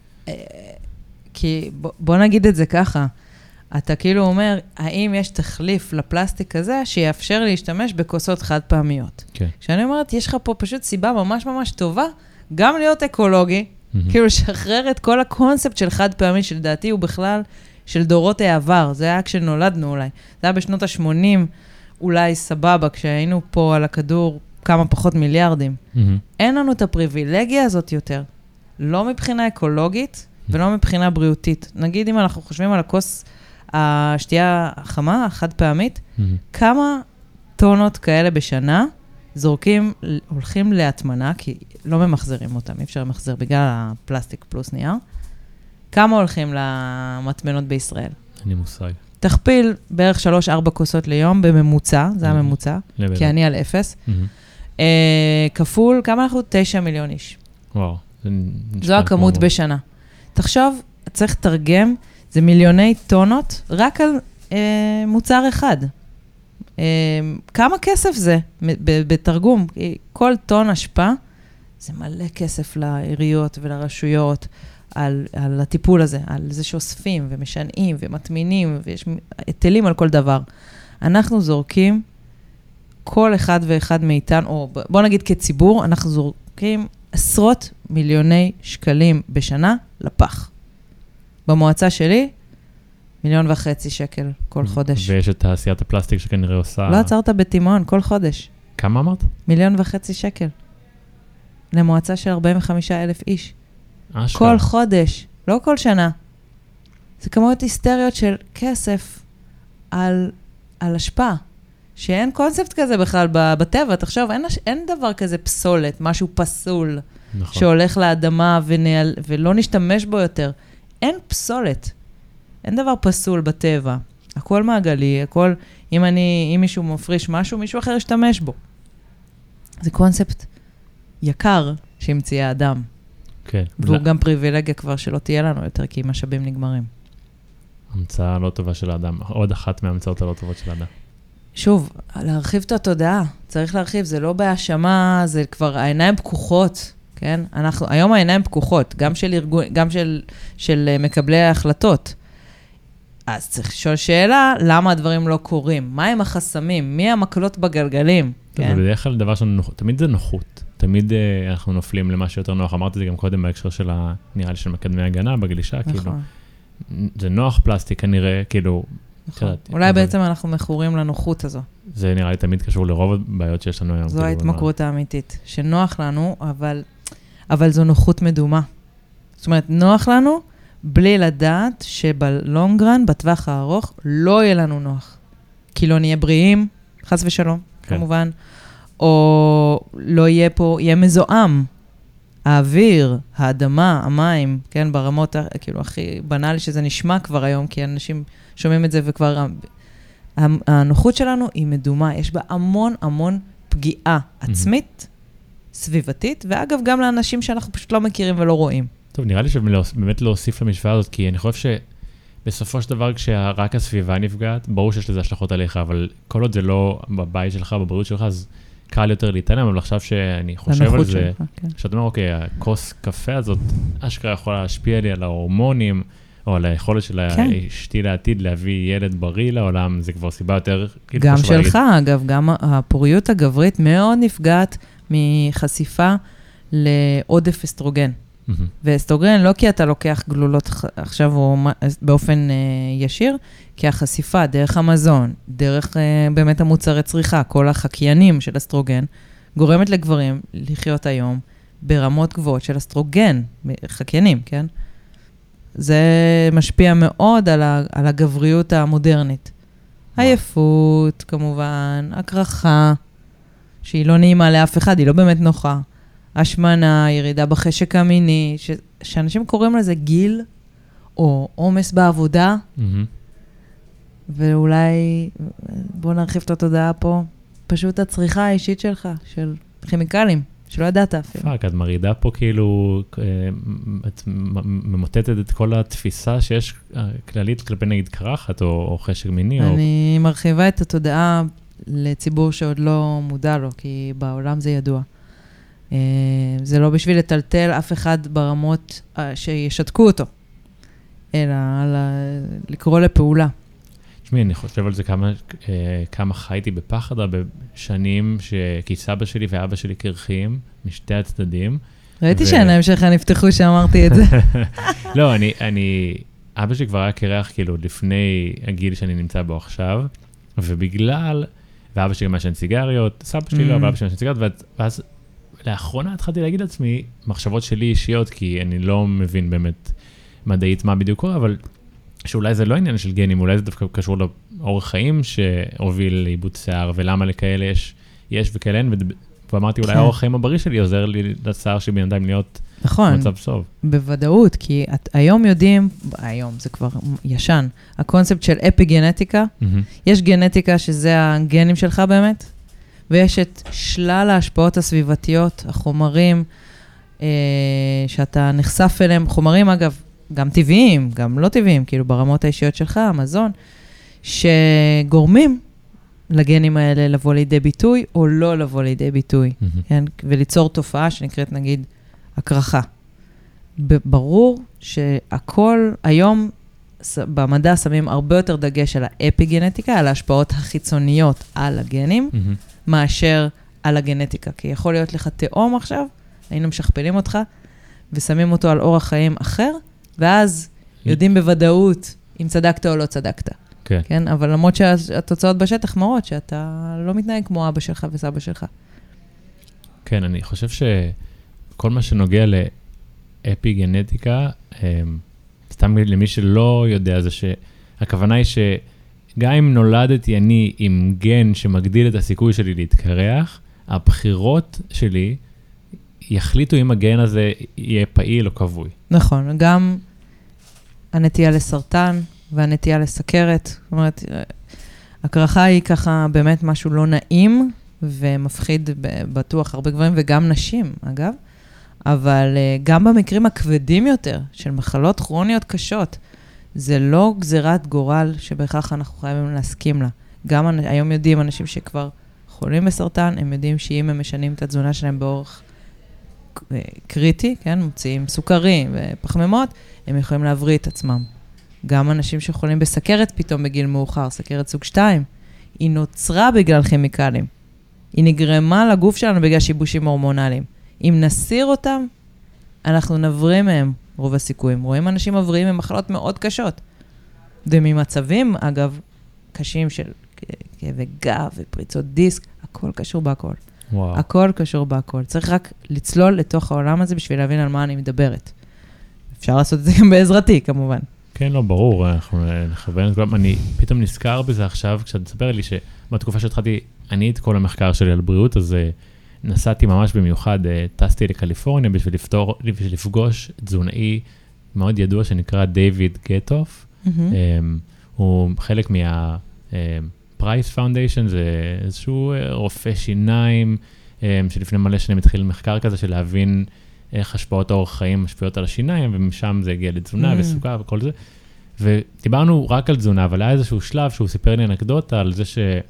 כי בוא נגיד את זה ככה, אתה כאילו אומר, האם יש תחליף לפלסטיק הזה שיאפשר להשתמש בכוסות חד פעמיות? כן. כשאני אומרת, יש לך פה פשוט סיבה ממש ממש טובה, גם להיות אקולוגי, כאילו לשחרר את כל הקונספט של חד פעמי, שלדעתי הוא בכלל של דורות העבר, זה היה כשנולדנו אולי, זה היה בשנות ה-שמונים, אולי סבבה, כשהיינו פה על הכדור, כמה פחות מיליארדים. Mm-hmm. אין לנו את הפריבילגיה הזאת יותר. לא מבחינה אקולוגית ולא מבחינה בריאותית. נגיד אם אנחנו חושבים על הכוס השתייה החמה, החד פעמית, mm-hmm. כמה טונות כאלה בשנה זורקים, הולכים להטמנה, כי לא ממחזרים אותם, אי אפשר למחזר בגלל הפלסטיק פלוס נייר. כמה הולכים למטמנות בישראל? אני מושג. תכפיל בערך שלוש ארבע כוסות ליום בממוצע, זה הממוצע, כי אני על אפס. כפול, כמה אנחנו? תשע מיליון איש. וואו. זו הכמות בשנה. תחשוב, צריך תרגם, זה מיליוני טונות, רק על מוצר אחד. כמה כסף זה בתרגום? כל טון השפעה, זה מלא כסף לעיריות ולרשויות, על, על הטיפול הזה, על זה שאוספים ומשנעים ומטמינים, ויש היטלים על כל דבר. אנחנו זורקים, כל אחד ואחד מאיתנו, או בוא נגיד כציבור, אנחנו זורקים עשרות מיליוני שקלים בשנה לפח. במועצה שלי, מיליון וחצי שקל כל חודש. ויש את תעשיית הפלסטיק שכנראה עושה... לא עצרת בתימון, כל חודש. כמה אמרת? מיליון וחצי שקל. למועצה של ארבעים וחמישה אלף איש. אשכרה. כל חודש, לא כל שנה. זה כמות היסטריות של כסף על, על השפעה, שאין קונספט כזה בכלל בטבע. תחשוב, אין, אין דבר כזה פסולת, משהו פסול, נכון. שהולך לאדמה ונעל, ולא נשתמש בו יותר. אין פסולת. אין דבר פסול בטבע. הכל מעגלי, הכל, אם אני, אם מישהו מפריש משהו, מישהו אחר ישתמש בו. זה קונספט יקר שהמציא האדם. כן. והוא גם פריבילגיה כבר שלא תהיה לנו יותר, כי משאבים נגמרים. המצאה לא טובה של האדם. עוד אחת מהמצאות הלא טובות של האדם. שוב, להרחיב את התודעה, צריך להרחיב, זה לא בהאשמה, זה כבר העיניים פקוחות, כן? אנחנו, היום העיניים פקוחות, גם של ארגון, גם של, של מקבלי ההחלטות. אז צריך לשאול שאלה, למה הדברים לא קורים? מה הם החסמים? מי המקלות בגלגלים? כן? בדרך כלל דבר שנוחות, תמיד זה נוחות. תמיד uh, אנחנו נופלים למה שיותר נוח. אמרתי את זה גם קודם בהקשר של, ה, נראה לי, של מקדמי הגנה בגלישה, נכון. כאילו. זה נוח פלסטיק כנראה, כאילו, נכון. אולי בעצם אנחנו מכורים לנוחות הזו. זה נראה לי תמיד קשור לרוב הבעיות שיש לנו היום. זו ההתמכרות האמיתית, שנוח לנו, אבל, אבל זו נוחות מדומה. זאת אומרת, נוח לנו בלי לדעת שבלונגרן, בטווח הארוך, לא יהיה לנו נוח. כי לא נהיה בריאים, חס ושלום, כן. כמובן, או לא יהיה פה, יהיה מזוהם. האוויר, האדמה, המים, כן, ברמות, כאילו, הכי בנאלי שזה נשמע כבר היום, כי אנשים שומעים את זה וכבר, הנוחות שלנו היא מדומה, יש בה המון המון פגיעה עצמית, סביבתית, ואגב, גם לאנשים שאנחנו פשוט לא מכירים ולא רואים. טוב, נראה לי שבאמת להוסיף למשוואה הזאת, כי אני חושב שבסופו של דבר, כשרק הסביבה נפגעת, ברור שיש לזה השלכות עליך, אבל כל עוד זה לא בבית שלך, בבריאות שלך, אז קל יותר להתעלם, אבל עכשיו שאני חושב על זה, שאתה אומר, אוקיי, הכוס קפה הזאת, אשכרה יכולה להשפיע לי על ההורמונים, או על היכולת של אשתי לעתיד להביא ילד בריא לעולם, זה כבר סיבה יותר... גם שלך, אגב, גם הפוריות הגברית מאוד נפגעת מחשיפה לעודף אסטרוגן. ואסטרוגן לא כי אתה לוקח גלולות עכשיו או באופן ישיר, כי החשיפה דרך המזון, דרך באמת המוצרי צריכה, כל החקיינים של אסטרוגן, גורמת לגברים לחיות היום ברמות גבוהות של אסטרוגן, חקיינים, כן? זה משפיע מאוד על, ה, על הגבריות המודרנית. עייפות, כמובן, הקרחה, שהיא לא נעימה לאף אחד, היא לא באמת נוחה. השמנה, ירידה בחשק המיני, ש, שאנשים קוראים לזה גיל, או עומס בעבודה, mm-hmm. ואולי, בוא נרחיב את התודעה פה, פשוט הצריכה האישית שלך, של כימיקלים. שלא ידעת אפילו. פאק, את מרידה פה כאילו, את ממוטטת את כל התפיסה שיש כללית כלפי נגיד קרחת או, או חשק מיני. אני או... מרחיבה את התודעה לציבור שעוד לא מודע לו, כי בעולם זה ידוע. זה לא בשביל לטלטל אף אחד ברמות שישתקו אותו, אלא לקרוא לפעולה. תשמעי, אני חושב על זה כמה, כמה חייתי בפחד בשנים כי סבא שלי ואבא שלי קרחים משתי הצדדים. ראיתי שהעיניים שלך נפתחו שאמרתי את זה. לא, אני, אני, אבא שלי כבר היה קרח כאילו לפני הגיל שאני נמצא בו עכשיו, ובגלל, ואבא שלי מעשן סיגריות, סבא שלי לא, אבל אבא שלי מעשן סיגריות, ואז לאחרונה התחלתי להגיד לעצמי, מחשבות שלי אישיות, כי אני לא מבין באמת מדעית מה בדיוק קורה, אבל שאולי זה לא עניין של גנים, אולי זה דווקא קשור לאורח חיים שהוביל לאיבוד שיער, ולמה לכאלה יש, יש וכאלה אין, ואמרתי, אולי האורח חיים הבריא שלי עוזר לי לשיער של בן אדם להיות במצב סוב. בוודאות, כי היום יודעים, היום זה כבר ישן, הקונספט של אפיגנטיקה, יש גנטיקה שזה הגנים שלך באמת, ויש את שלל ההשפעות הסביבתיות, החומרים שאתה נחשף אליהם, חומרים אגב, גם טבעיים, גם לא טבעיים, כאילו ברמות האישיות שלך, המזון, שגורמים לגנים האלה לבוא לידי ביטוי, או לא לבוא לידי ביטוי, mm-hmm. כן? וליצור תופעה שנקראת, נגיד, הקרחה. ברור שהכל, היום, במדע שמים הרבה יותר דגש על האפיגנטיקה, על ההשפעות החיצוניות על הגנים, mm-hmm. מאשר על הגנטיקה. כי יכול להיות לך תאום עכשיו, היינו משכפלים אותך, ושמים אותו על אורח חיים אחר, ואז יודעים בוודאות אם צדקת או לא צדקת. כן. כן? אבל למרות שהתוצאות בשטח מראות שאתה לא מתנהג כמו אבא שלך וסבא שלך. כן, אני חושב שכל מה שנוגע לאפיגנטיקה, סתם למי שלא יודע, זה שהכוונה היא שגם אם נולדתי אני עם גן שמגדיל את הסיכוי שלי להתקרח, הבחירות שלי יחליטו אם הגן הזה יהיה פעיל או קבוי. נכון, גם הנטייה לסרטן והנטייה לסכרת, זאת אומרת, הקרחה היא ככה באמת משהו לא נעים ומפחיד בטוח הרבה גברים וגם נשים, אגב, אבל גם במקרים הכבדים יותר של מחלות כרוניות קשות, זה לא גזירת גורל שבהכרח אנחנו חייבים להסכים לה. גם היום יודעים אנשים שכבר חולים בסרטן, הם יודעים שאם הם משנים את התזונה שלהם באורך קריטי, כן, מוציאים סוכרים ופחמימות, הם יכולים להבריא את עצמם. גם אנשים שחולים בסכרת פתאום בגיל מאוחר, סכרת סוג שתיים, היא נוצרה בגלל כימיקלים. היא נגרמה לגוף שלנו בגלל שיבושים הורמונליים. אם נסיר אותם, אנחנו נבריא מהם רוב הסיכויים. רואים אנשים מבריאים ממחלות מאוד קשות. וממצבים, אגב, קשים של כאבי גב ופריצות דיסק, הכל קשור בהכל. וואו. הכל קשור בהכל. צריך רק לצלול לתוך העולם הזה בשביל להבין על מה אני מדברת. אפשר לעשות את זה גם בעזרתי, כמובן. כן, לא, ברור, אנחנו נכוון את כולם. אני פתאום נזכר בזה עכשיו, כשאת מספר לי שבתקופה שהתחלתי, אני את כל המחקר שלי על בריאות, אז נסעתי ממש במיוחד, טסתי לקליפורניה בשביל לפתור, בשביל לפגוש תזונאי מאוד ידוע שנקרא דיוויד גטוף. הוא חלק מה Price Foundation, זה איזשהו רופא שיניים, שלפני מלא שנים התחיל מחקר כזה של להבין איך השפעות האורח חיים משפיעות על השיניים, ומשם זה הגיע לתזונה וסוכר וכל זה. ודיברנו רק על תזונה, אבל היה איזשהו שלב שהוא סיפר לי אנקדוטה על זה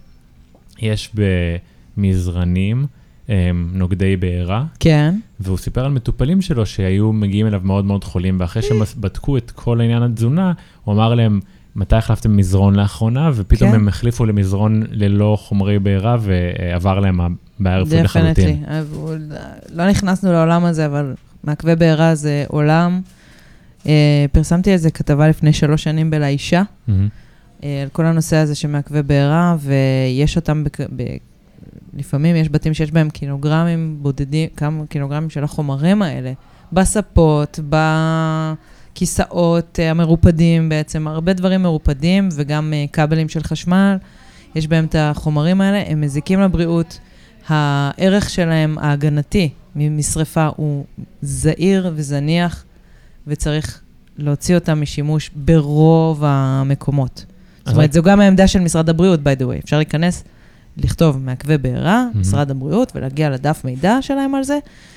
שיש במזרנים נוגדי בעירה. כן. והוא סיפר על מטופלים שלו שהיו מגיעים אליו מאוד מאוד חולים, ואחרי שהם בדקו את כל העניין התזונה, הוא אמר להם, מתי החלפתם מזרון לאחרונה, ופתאום הם החליפו למזרון ללא חומרי בעירה, ועבר להם הבעיה הרפואית לחלוטין. לא נכנסנו לעולם הזה, אבל מעקבי בעירה זה עולם. פרסמתי על זה כתבה לפני שלוש שנים בלאישה, על כל הנושא הזה של מעקבי בעירה, ויש אותם, לפעמים יש בתים שיש בהם קילוגרמים בודדים, כמה קילוגרמים של החומרים האלה, בספות, ב... כיסאות המרופדים בעצם, הרבה דברים מרופדים, וגם כבלים של חשמל, יש בהם את החומרים האלה, הם מזיקים לבריאות, הערך שלהם, ההגנתי, משריפה, הוא זהיר וזניח, וצריך להוציא אותם משימוש ברוב המקומות. זאת אומרת, זו גם העמדה של משרד הבריאות, by the way. אפשר להיכנס, לכתוב מעקבי בעירה, משרד הבריאות, ולהגיע לדף מידע שלהם על זה,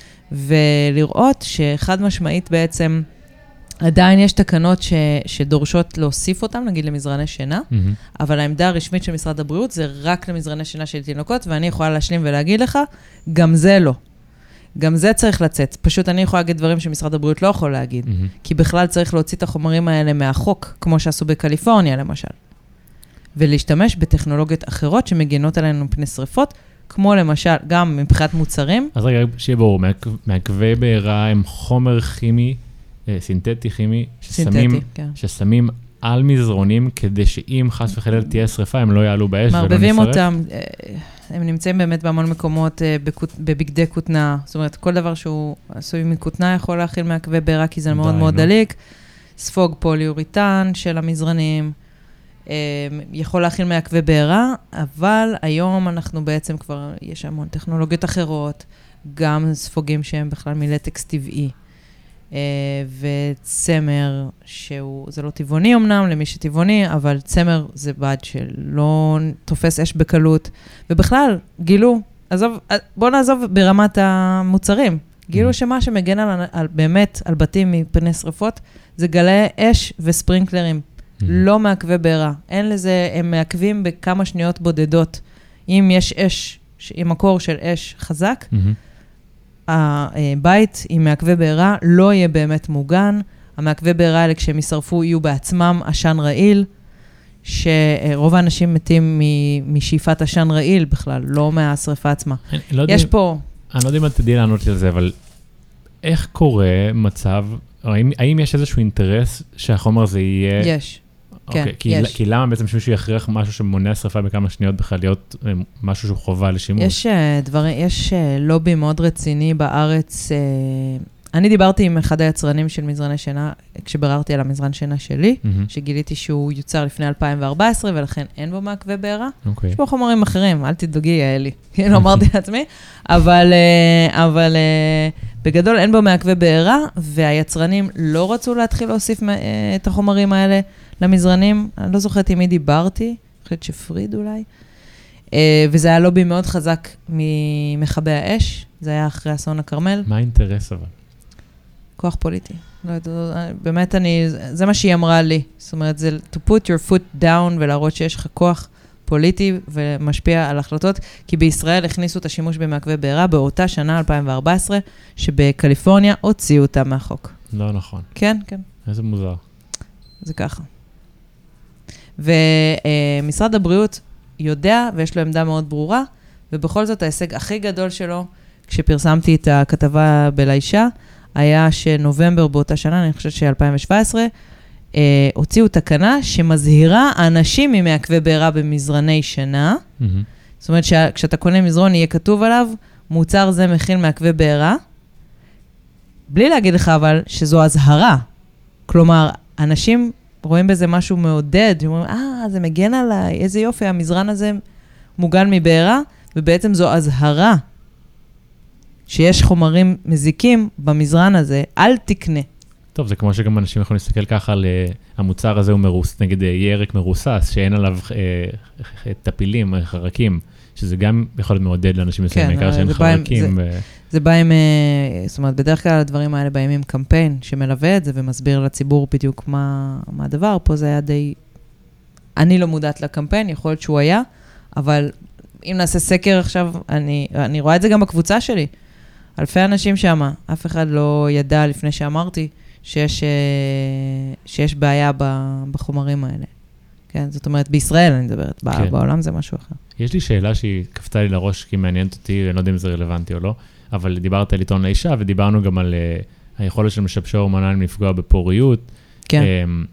ולראות שחד משמעית בעצם, עדיין יש תקנות ש, שדורשות להוסיף אותם, נגיד למזרני שינה, mm-hmm. אבל העמדה הרשמית של משרד הבריאות זה רק למזרני שינה של תינוקות, ואני יכולה להשלים ולהגיד לך, גם זה לא. גם זה צריך לצאת. פשוט אני יכולה להגיד דברים שמשרד הבריאות לא יכול להגיד, mm-hmm. כי בכלל צריך להוציא את החומרים האלה מהחוק, כמו שעשו בקליפורניה למשל. ולהשתמש בטכנולוגיות אחרות שמגינות עלינו מפני שריפות, כמו למשל, גם מבחינת מוצרים. אז רגע, שיהיה ברור, מעקבי בעירה הם חומר כימי, סינתטי, כימי, ששמים, כן. ששמים על מזרונים, כדי שאם חס וחלילה תהיה שריפה, הם לא יעלו באש ולא נשרף. מערבבים אותם, הם נמצאים באמת בהמון מקומות, בבגדי כותנה, זאת אומרת, כל דבר שהוא עשוי מכותנה יכול להכיל מעקבי בעירה, כי זה מאוד מאוד דליק, ספוג פוליוריטן של המזרנים, יכול להכיל מעקבי בעירה, אבל היום אנחנו בעצם כבר, יש המון טכנולוגיות אחרות, גם ספוגים שהם בכלל מלטקס טבעי, וצמר, שהוא, זה לא טבעוני אמנם, למי שטבעוני, אבל צמר זה בד שלא תופס אש בקלות, ובכלל, גילו, עזוב, בוא נעזוב ברמת המוצרים, גילו שמה שמגן על, על, באמת על בתים מפני שריפות, זה גלי אש וספרינקלרים, לא מעקבי בעירה. אין לזה, הם מעקבים בכמה שניות בודדות. אם יש אש, עם מקור של אש חזק, הבית עם מעקבי בעירה לא יהיה באמת מוגן. המעקבי בעירה האלה, כשהם ישרפו, יהיו בעצמם עשן רעיל, שרוב האנשים מתים משאיפת עשן רעיל בכלל, לא מהשריפה עצמה. יש פה... אני לא יודע אם את תדעי לענות לי על זה, אבל איך קורה מצב, האם, האם יש איזשהו אינטרס שהחומר הזה יהיה... יש. כן, כי, יש. כי למה בעצם שמישהו יכריח משהו שמונע שריפה בכמה שניות בכלל להיות משהו שהוא חובה לשימוש? יש דברים, יש לובי מאוד רציני בארץ. אני דיברתי עם אחד היצרנים של מזרני שינה, כשבררתי על המזרן שינה שלי, mm-hmm. שגיליתי שהוא יוצר לפני אלפיים וארבע עשרה, ולכן אין בו מעקבי בעירה. Okay. יש בו חומרים אחרים, אל תדאגי, יעלי. לא אמרתי לעצמי, אבל, אבל בגדול אין בו מעקבי בעירה, והיצרנים לא רצו להתחיל להוסיף את החומרים האלה למזרנים. אני לא זוכרת עם מי דיברתי, אני חושבת שפריד אולי. וזה היה לובי מאוד חזק ממכבי האש, זה היה אחרי אסון הכרמל. מה האינטרס אבל? כוח פוליטי. לא, באמת אני, זה מה שהיא אמרה לי. זאת אומרת, זה to put your foot down ולהראות שיש לך כוח פוליטי ומשפיע על החלטות, כי בישראל הכניסו את השימוש במעכבי בעירה באותה שנה, אלפיים וארבע עשרה, שבקליפורניה הוציאו אותה מהחוק. לא נכון. כן, כן. איזה מוזר. זה ככה. ומשרד הבריאות יודע, ויש לו עמדה מאוד ברורה, ובכל זאת ההישג הכי גדול שלו, כשפרסמתי את הכתבה בלאישה, היה שנובמבר באותה שנה, אני חושבת ש-אלפיים שבע עשרה, אה, הוציאו תקנה שמזהירה אנשים ממעכבי בעירה במזרני שינה. Mm-hmm. זאת אומרת שכשאתה קונה מזרון יהיה כתוב עליו, מוצר זה מכיל מעכבי בעירה, בלי להגיד לך אבל שזו הזהרה. כלומר, אנשים רואים בזה משהו מעודד, אומרים, אה, זה מגן עליי, איזה יופי, המזרן הזה מוגן מבעירה, ובעצם זו הזהרה שיש חומרים מזיקים במזרן הזה, אל תקנה. טוב, זה כמו שגם אנשים יכולים להסתכל ככה על המוצר הזה הוא מרוס, נגיד ירק מרוסס, שאין עליו טפילים, חרקים, שזה גם יכול להיות מעודד לאנשים מסוימים, בעיקר שאין חרקים. זה בא עם, זאת אומרת, בדרך כלל הדברים האלה באים עם קמפיין שמלווה את זה ומסביר לציבור בדיוק מה הדבר. פה זה היה די, אני לא מודעת לקמפיין, יכול להיות שהוא היה, אבל אם נעשה סקר עכשיו, אני, אני רואה את זה גם בקבוצה שלי. אלפי אנשים שם, אף אחד לא ידע לפני שאמרתי שיש, שיש בעיה בחומרים האלה. כן, זאת אומרת, בישראל אני מדברת, כן. בעולם זה משהו אחר. יש לי שאלה שהיא כפתה לי לראש, כי מעניינת אותי, אני לא יודע אם זה רלוונטי או לא, אבל דיברת על עיתון לאישה, ודיברנו גם על uh, היכולת של משבשי הורמונליים לפגוע בפוריות. כן. Um,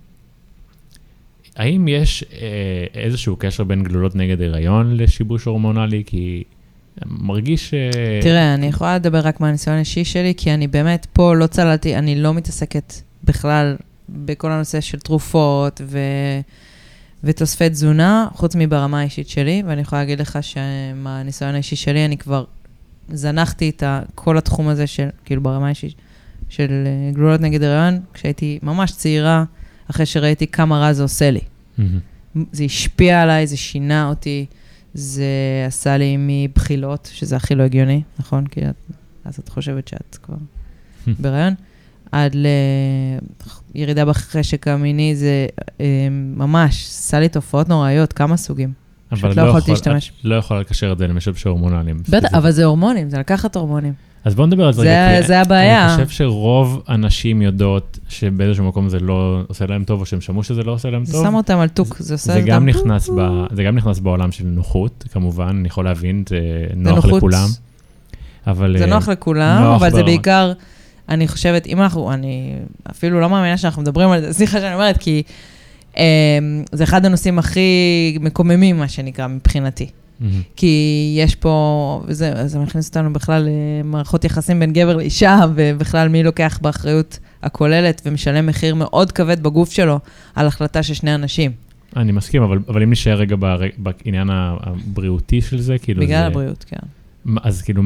האם יש uh, איזשהו קשר בין גלולות נגד הריון לשיבוש הורמונלי? כי מרגיש... Uh... תראה, אני יכולה לדבר רק מהניסיון האישי שלי, כי אני באמת פה לא צללתי, אני לא מתעסקת בכלל בכל הנושא של תרופות ו... ותוספי תזונה, חוץ מברמה האישית שלי, ואני יכולה להגיד לך שמהניסיון האישי שלי, אני כבר זנחתי את כל התחום הזה של, כאילו ברמה האישית, של גלולות נגד הריון, כשהייתי ממש צעירה, אחרי שראיתי כמה רע זה עושה לי. Mm-hmm. זה השפיע עליי, זה שינה אותי, זה עשה לי מבחילות, שזה הכי לא הגיוני, נכון? כי את, אז את חושבת שאת כבר בהריון. עד לירידה בחשק המיני, זה ממש, עשה לי תופעות נוראיות, כמה סוגים. אבל לא יכולתי להשתמש. לא יכולה לקשר את זה למשבשי הורמונליים. בטח, אבל זה הורמונים, זה לקחת הורמונים. אז בואו נדבר על זה. זה הבעיה. אני חושב שרוב אנשים יודעות שבאיזשהו מקום זה לא עושה להם טוב, או שהם שמעו שזה לא עושה להם טוב. זה שם אותם על טוק, זה עושה זה גם נכנס ב, זה גם נכנס בעולם של נוחות, כמובן, אני יכול להבין, זה נוח לכולם. זה נוח לכולם, אבל זה בעיקר אני חושבת, אם אנחנו, אני אפילו לא מאמינה שאנחנו מדברים על זה, סליחה שאני אומרת, כי אה, זה אחד הנושאים הכי מקוממים, מה שנקרא, מבחינתי. Mm-hmm. כי יש פה, וזה, זה מכניס אותנו בכלל למערכות יחסים בין גבר לאישה, ובכלל מי לוקח באחריות הכוללת, ומשלם מחיר מאוד כבד בגוף שלו, על החלטה של שני אנשים. אני מסכים, אבל, אבל אם נשאר רגע בעניין הבריאותי של זה, כאילו בגלל זה... הבריאות, כן. אז כאילו...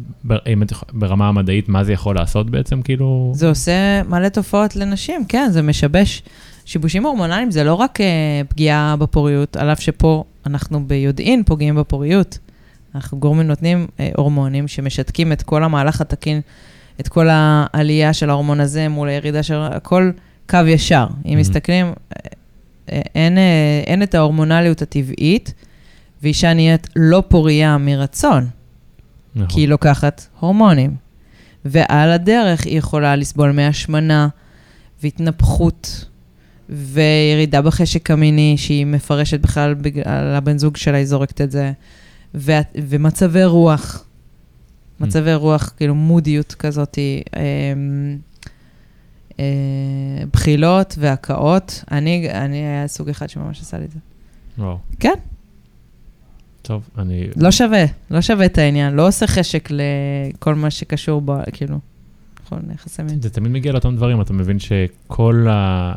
ברמה המדעית, מה זה יכול לעשות בעצם, כאילו? זה עושה מלא תופעות לנשים, כן, זה משבש. שיבושים הורמונליים זה לא רק uh, פגיעה בפוריות, על אף שפה אנחנו ביודעין פוגעים בפוריות. אנחנו גורמים נותנים uh, הורמונים שמשתקים את כל המהלך התקין, את כל העלייה של ההורמון הזה מול הירידה של הכל קו ישר. אם mm-hmm. מסתכלים, uh, אין, uh, אין את ההורמונליות הטבעית, ואישה נהיית לא פוריה מרצון. נכון. כי היא לוקחת הורמונים. ועל הדרך היא יכולה לסבול מהשמנה, והתנפחות, וירידה בחשק המיני, שהיא מפרשת בכלל על הבן זוג שלה, היא זורקת את זה, ו- ומצבי רוח, מצבי רוח, כאילו מודיות כזאת, אה, אה, בחילות והקאות. אני, אני היה סוג אחד שממש עשה לי את זה. וואו. כן. טוב, אני... לא שווה, לא שווה את העניין, לא עושה חשק לכל מה שקשור בו, כאילו, נכון, יחסי מין. זה תמיד מגיע לאותם דברים, אתה מבין שכל ה...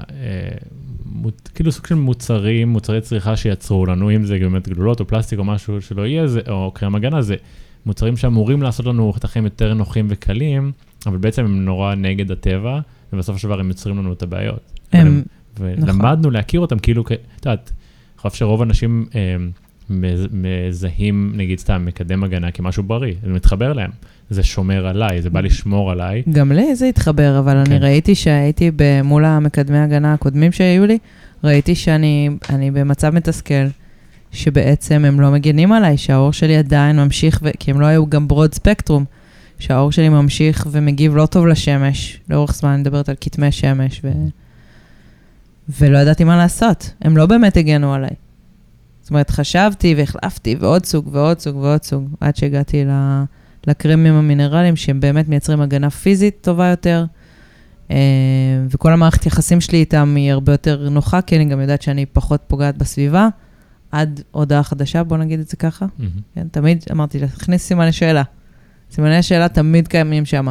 כאילו סוג של מוצרים, מוצרי צריכה שיצרו לנו, אם זה באמת גלולות או פלסטיק או משהו שלא יהיה, או קרם הגנה, זה מוצרים שאמורים לעשות לנו את החיים יותר נוחים וקלים, אבל בעצם הם נורא נגד הטבע, ובסוף השבר הם יוצרים לנו את הבעיות. ולמדנו להכיר אותם, כאילו, אתה יודעת, אני חושב שרוב האנשים... מזהים, נגיד סתם, מקדם הגנה כמשהו בריא, זה מתחבר להם, זה שומר עליי, זה בא לשמור עליי. גם לי זה התחבר, אבל אני ראיתי שהייתי מול המקדמי הגנה הקודמים שהיו לי, ראיתי שאני במצב מתסכל, שבעצם הם לא מגנים עליי, שהאור שלי עדיין ממשיך, ו... כי הם לא היו גם ברוד ספקטרום, שהאור שלי ממשיך ומגיב לא טוב לשמש, לאורך זמן אני מדברת על כתמי שמש, ו... ולא ידעתי מה לעשות. הם לא באמת הגנו עליי. זאת אומרת, חשבתי והחלפתי ועוד סוג ועוד סוג ועוד סוג, עד שהגעתי לקרמים המינרליים, שהם באמת מייצרים הגנה פיזית טובה יותר, וכל המערכת יחסים שלי איתם היא הרבה יותר נוחה, כי אני גם יודעת שאני פחות פוגעת בסביבה, עד הודעה חדשה, בוא נגיד את זה ככה. כן, תמיד אמרתי, להכניס סימני שאלה. סימני שאלה תמיד קיימים שם.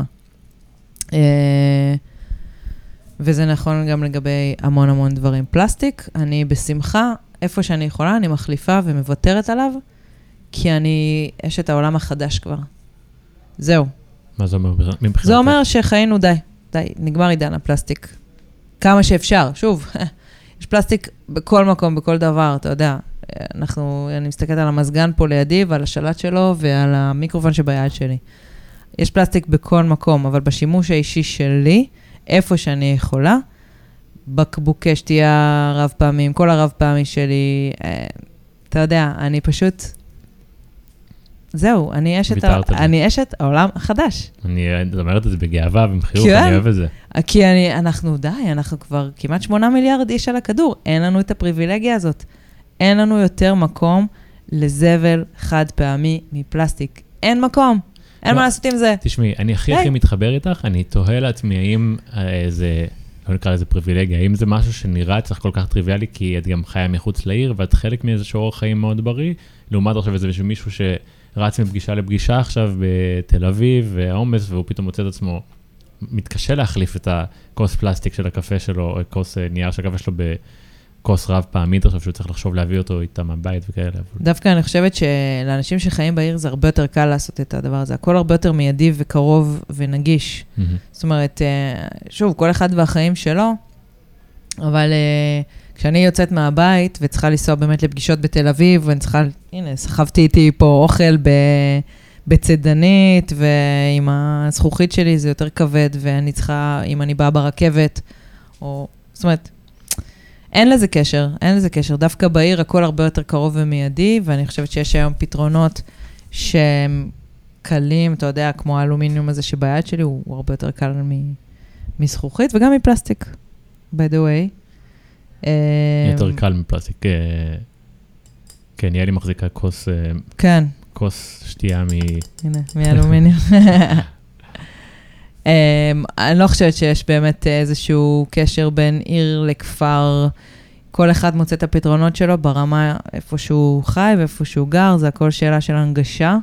וזה נכון גם לגבי המון המון דברים. פלסטיק, אני בשמחה, איפה שאני יכולה, אני מחליפה ומוותרת עליו, כי אני אשת העולם החדש כבר. זהו. מה זה אומר מבחינתך? זה אומר שחיינו די, די, נגמר עידן הפלסטיק. כמה שאפשר, שוב, יש פלסטיק בכל מקום, בכל דבר, אתה יודע. אנחנו, אני מסתכלת על המזגן פה לידי, ועל השלט שלו, ועל המיקרופון שביד שלי. יש פלסטיק בכל מקום, אבל בשימוש האישי שלי, איפה שאני יכולה, בקבוקי שתייה רב פעמים, כל הרב פעמי שלי, אתה יודע, אני פשוט, זהו, אני אשת, אני אשת העולם החדש. אני אומרת את זה בגאווה ומחיוך, אני אוהב את זה. כי אני, אנחנו די, אנחנו כבר כמעט שמונה מיליארד איש על הכדור, אין לנו את הפריבילגיה הזאת. אין לנו יותר מקום לזבל חד פעמי מפלסטיק. אין מקום. אין מה לעשות עם זה. תשמעי, אני הכי הכי מתחבר איתך, אני תוהה לעצמי האם זה, לא נקרא לזה פריבילגיה, האם זה משהו שנראה צריך כל כך טריוויאלי, כי את גם חיה מחוץ לעיר, ואת חלק מאיזשהו אורח חיים מאוד בריא, לעומת עכשיו איזה מישהו שרץ מפגישה לפגישה עכשיו בתל אביב, והעומס, והוא פתאום מוצא את עצמו, מתקשה להחליף את הכוס פלסטיק של הקפה שלו, או כוס נייר של הקפה שלו כוס רב פעמית, עכשיו שהוא צריך לחשוב להביא אותו איתה מהבית וכאלה. דווקא אני חושבת שלאנשים שחיים בעיר זה הרבה יותר קל לעשות את הדבר הזה. הכל הרבה יותר מיידי וקרוב ונגיש. Mm-hmm. זאת אומרת, שוב, כל אחד והחיים שלו, אבל כשאני יוצאת מהבית וצריכה לנסוע באמת לפגישות בתל אביב, ואני צריכה, הנה, סחבתי איתי פה אוכל ב... בצדנית, ועם הזכוכית שלי זה יותר כבד, ואני צריכה, אם אני באה ברכבת, או, זאת אומרת, אין לזה קשר, אין לזה קשר. דווקא בעיר הכל הרבה יותר קרוב ומיידי, ואני חושבת שיש היום פתרונות שהם קלים, אתה יודע, כמו האלומיניום הזה שביד שלי, הוא, הוא הרבה יותר קל מזכוכית, וגם מפלסטיק, by the way. יותר קל מפלסטיק. כן, יהיה לי מחזיקה כוס... כן. כוס שתייה מ... הנה, מאלומיניום. אני לא חושבת שיש באמת איזשהו קשר בין עיר לכפר. כל אחד מוצא את הפתרונות שלו ברמה איפה שהוא חי ואיפה שהוא גר. זה הכל שאלה של הנגשה,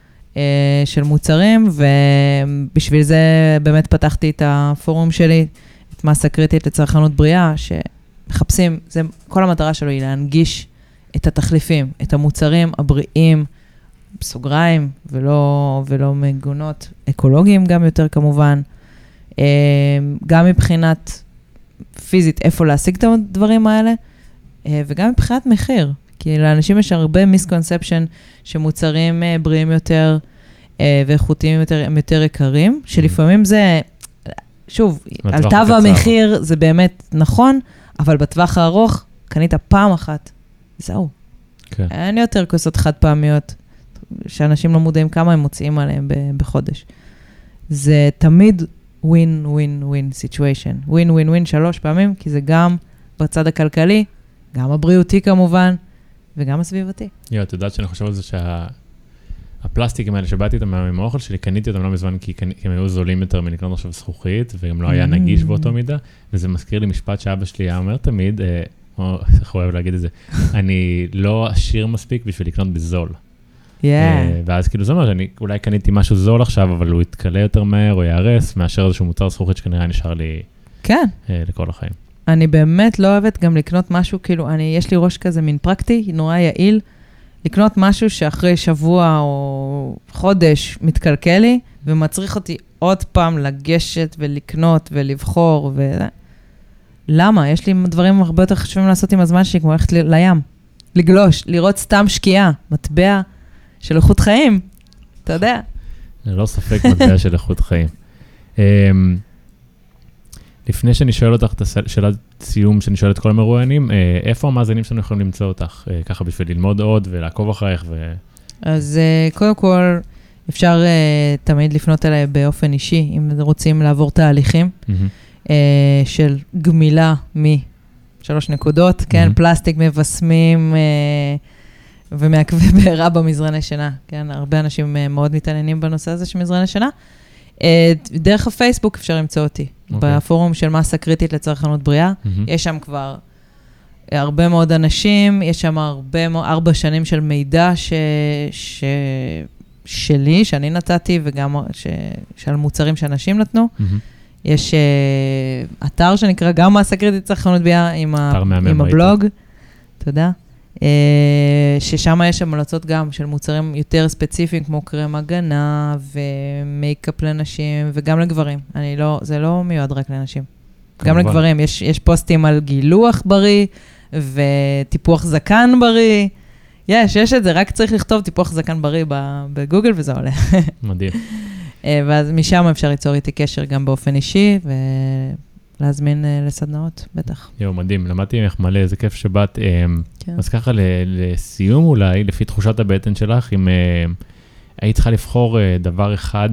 של מוצרים, ובשביל זה באמת פתחתי את הפורום שלי, את מסה קריטית לצרכנות בריאה, שמחפשים, זה, כל המטרה שלו היא להנגיש את התחליפים, את המוצרים הבריאים, בסוגריים, ולא, ולא מגונות, אקולוגיים גם יותר כמובן, גם מבחינת פיזית, איפה להשיג את הדברים האלה, וגם מבחינת מחיר, כי לאנשים יש הרבה מיסקונספשן שמוצרים בריאים יותר ואיכותיים יותר, הם יותר יקרים, שלפעמים זה, שוב, על תו המחיר זה באמת נכון, אבל בטווח הארוך קנית פעם אחת, זהו. אין יותר כוסות חד פעמיות, שאנשים לא מודעים כמה הם מוציאים עליהם בחודש. זה תמיד win, win, win situation. win, win, win שלוש פעמים, כי זה גם בצד הכלכלי, גם הבריאותי כמובן, וגם הסביבתי. יו, את יודעת שאני חושב על זה שהפלסטיקים האלה שבאתי איתם עם האוכל שלי, קניתי אותם לא מזמן, כי הם היו זולים יותר מלקנות עכשיו זכוכית, וגם לא היה נגיש באותו מידה, וזה מזכיר לי משפט שאבא שלי היה אומר תמיד, או איך הוא אוהב להגיד את זה, אני לא עשיר מספיק בשביל לקנות בזול. ואז כאילו זה אומר שאני אולי קניתי משהו זול עכשיו, אבל הוא יתקלה יותר מהר או יערס, מאשר איזשהו מוצר זכוכית שכנראה נשאר לי לכל החיים. אני באמת לא אוהבת גם לקנות משהו, כאילו, אני, יש לי ראש כזה מין פרקטי, נורא יעיל, לקנות משהו שאחרי שבוע או חודש מתקלקל לי, ומצריך אותי עוד פעם לגשת ולקנות ולבחור, ו... למה? יש לי דברים הרבה יותר חשובים לעשות עם הזמן שלי, כמו ללכת לים, לגלוש, לראות סתם שקיעה, מטבע של איכות חיים, אתה יודע. לא ספק מטבע של איכות חיים. לפני שאני שואל אותך את השאלת סיום, שאני שואל את כל המרואיינים, איפה המאזינים שלנו יכולים למצוא אותך? ככה בשביל ללמוד עוד ולעקוב אחריך ו... אז קודם כל, אפשר תמיד לפנות אליי באופן אישי, אם רוצים לעבור תהליכים של גמילה משלוש נקודות, כן, פלסטיק מבסמים ומעכבי בעירה במזרני שינה, כן, הרבה אנשים מאוד מתעניינים בנושא הזה של מזרני שינה. דרך הפייסבוק אפשר למצוא אותי, בפורום של מסה קריטית לצרכנות בריאה, יש שם כבר הרבה מאוד אנשים, יש שם הרבה מאוד, ארבע שנים של מידע ש... ש... שלי, שאני נתתי, וגם ש... של מוצרים שאנשים נתנו. Mm-hmm. יש uh, אתר שנקרא גם מסה קריטית לצרכנות בריאה, עם, ה... עם הבלוג. תודה. Uh, ששם יש המלצות גם של מוצרים יותר ספציפיים, כמו קרם הגנה, ומייקאפ לנשים, וגם לגברים. אני לא, זה לא מיועד רק לנשים. כמובן. גם לגברים. יש, יש פוסטים על גילוח בריא, וטיפוח זקן בריא. יש, יש את זה, רק צריך לכתוב טיפוח זקן בריא בגוגל, וזה עולה. מדהים. ואז משם אפשר ליצור איתי קשר גם באופן אישי, ולהזמין לסדנאות, בטח. יו, מדהים, למדתי ממך מלא, איזה כיף שבאת. אז ככה לסיום אולי, לפי תחושת הבטן שלך, אם היית צריכה לבחור דבר אחד,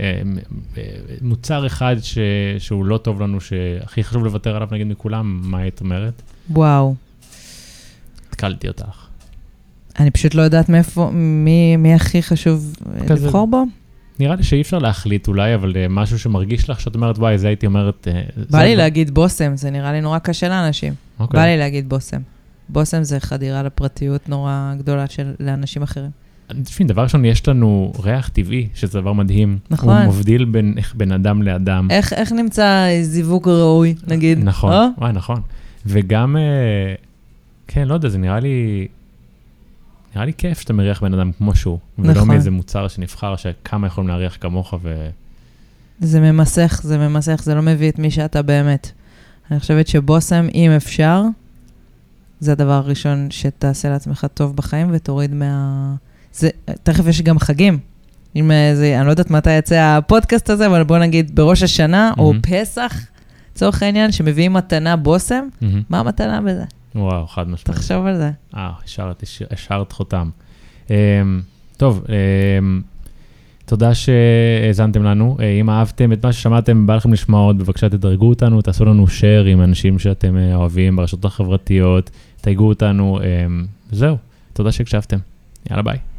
מוצר אחד שהוא לא טוב לנו, שהכי חשוב לוותר עליו, נגיד מכולם, מה היית אומרת? וואו. התקלתי אותך. אני פשוט לא יודעת מאיפה, מי, מי הכי חשוב כזה, לבחור בו? נראה לי שאי אפשר להחליט אולי, אבל משהו שמרגיש לך, שאת אומרת, וואי, זה הייתי אומרת... בא לי להגיד בוסם, זה נראה לי נורא קשה לאנשים. Okay. בא לי להגיד בוסם. בוסם זה חדירה לפרטיות נורא גדולה של לאנשים אחרים. תשמעי, דבר ראשון, יש לנו ריח טבעי, שזה דבר מדהים. נכון. הוא מבדיל בין, בין אדם לאדם. איך, איך נמצא זיווג ראוי, נגיד? נכון, או? וואי, נכון. וגם, כן, לא יודע, זה נראה לי... נראה לי כיף שאתה מריח בן אדם כמו שהוא, נכון. ולא מאיזה מוצר שנבחר, שכמה יכולים להריח כמוך ו... זה ממסך, זה ממסך, זה לא מביא את מי שאתה באמת. אני חושבת שבוסם, אם אפשר, זה הדבר הראשון שתעשה לעצמך טוב בחיים, ותוריד מה... זה, תכף יש גם חגים. אם זה, אני לא יודעת מתי יצא הפודקאסט הזה, אבל בוא נגיד בראש השנה, mm-hmm. או פסח, צורך העניין, שמביאים מתנה בוסם, mm-hmm. מה המתנה בזה? וואו, חד משמעית. תחשוב על זה. אה, השארת, השארת חותם. טוב, תודה שהזנתם לנו. אם אהבתם את מה ששמעתם, בא לכם לשמוע עוד, בבקשה תדרגו אותנו, תעשו לנו share עם אנשים שאתם אוהבים ברשתות החברתיות, תייגו אותנו, זהו. תודה שהקשבתם. יאללה ביי.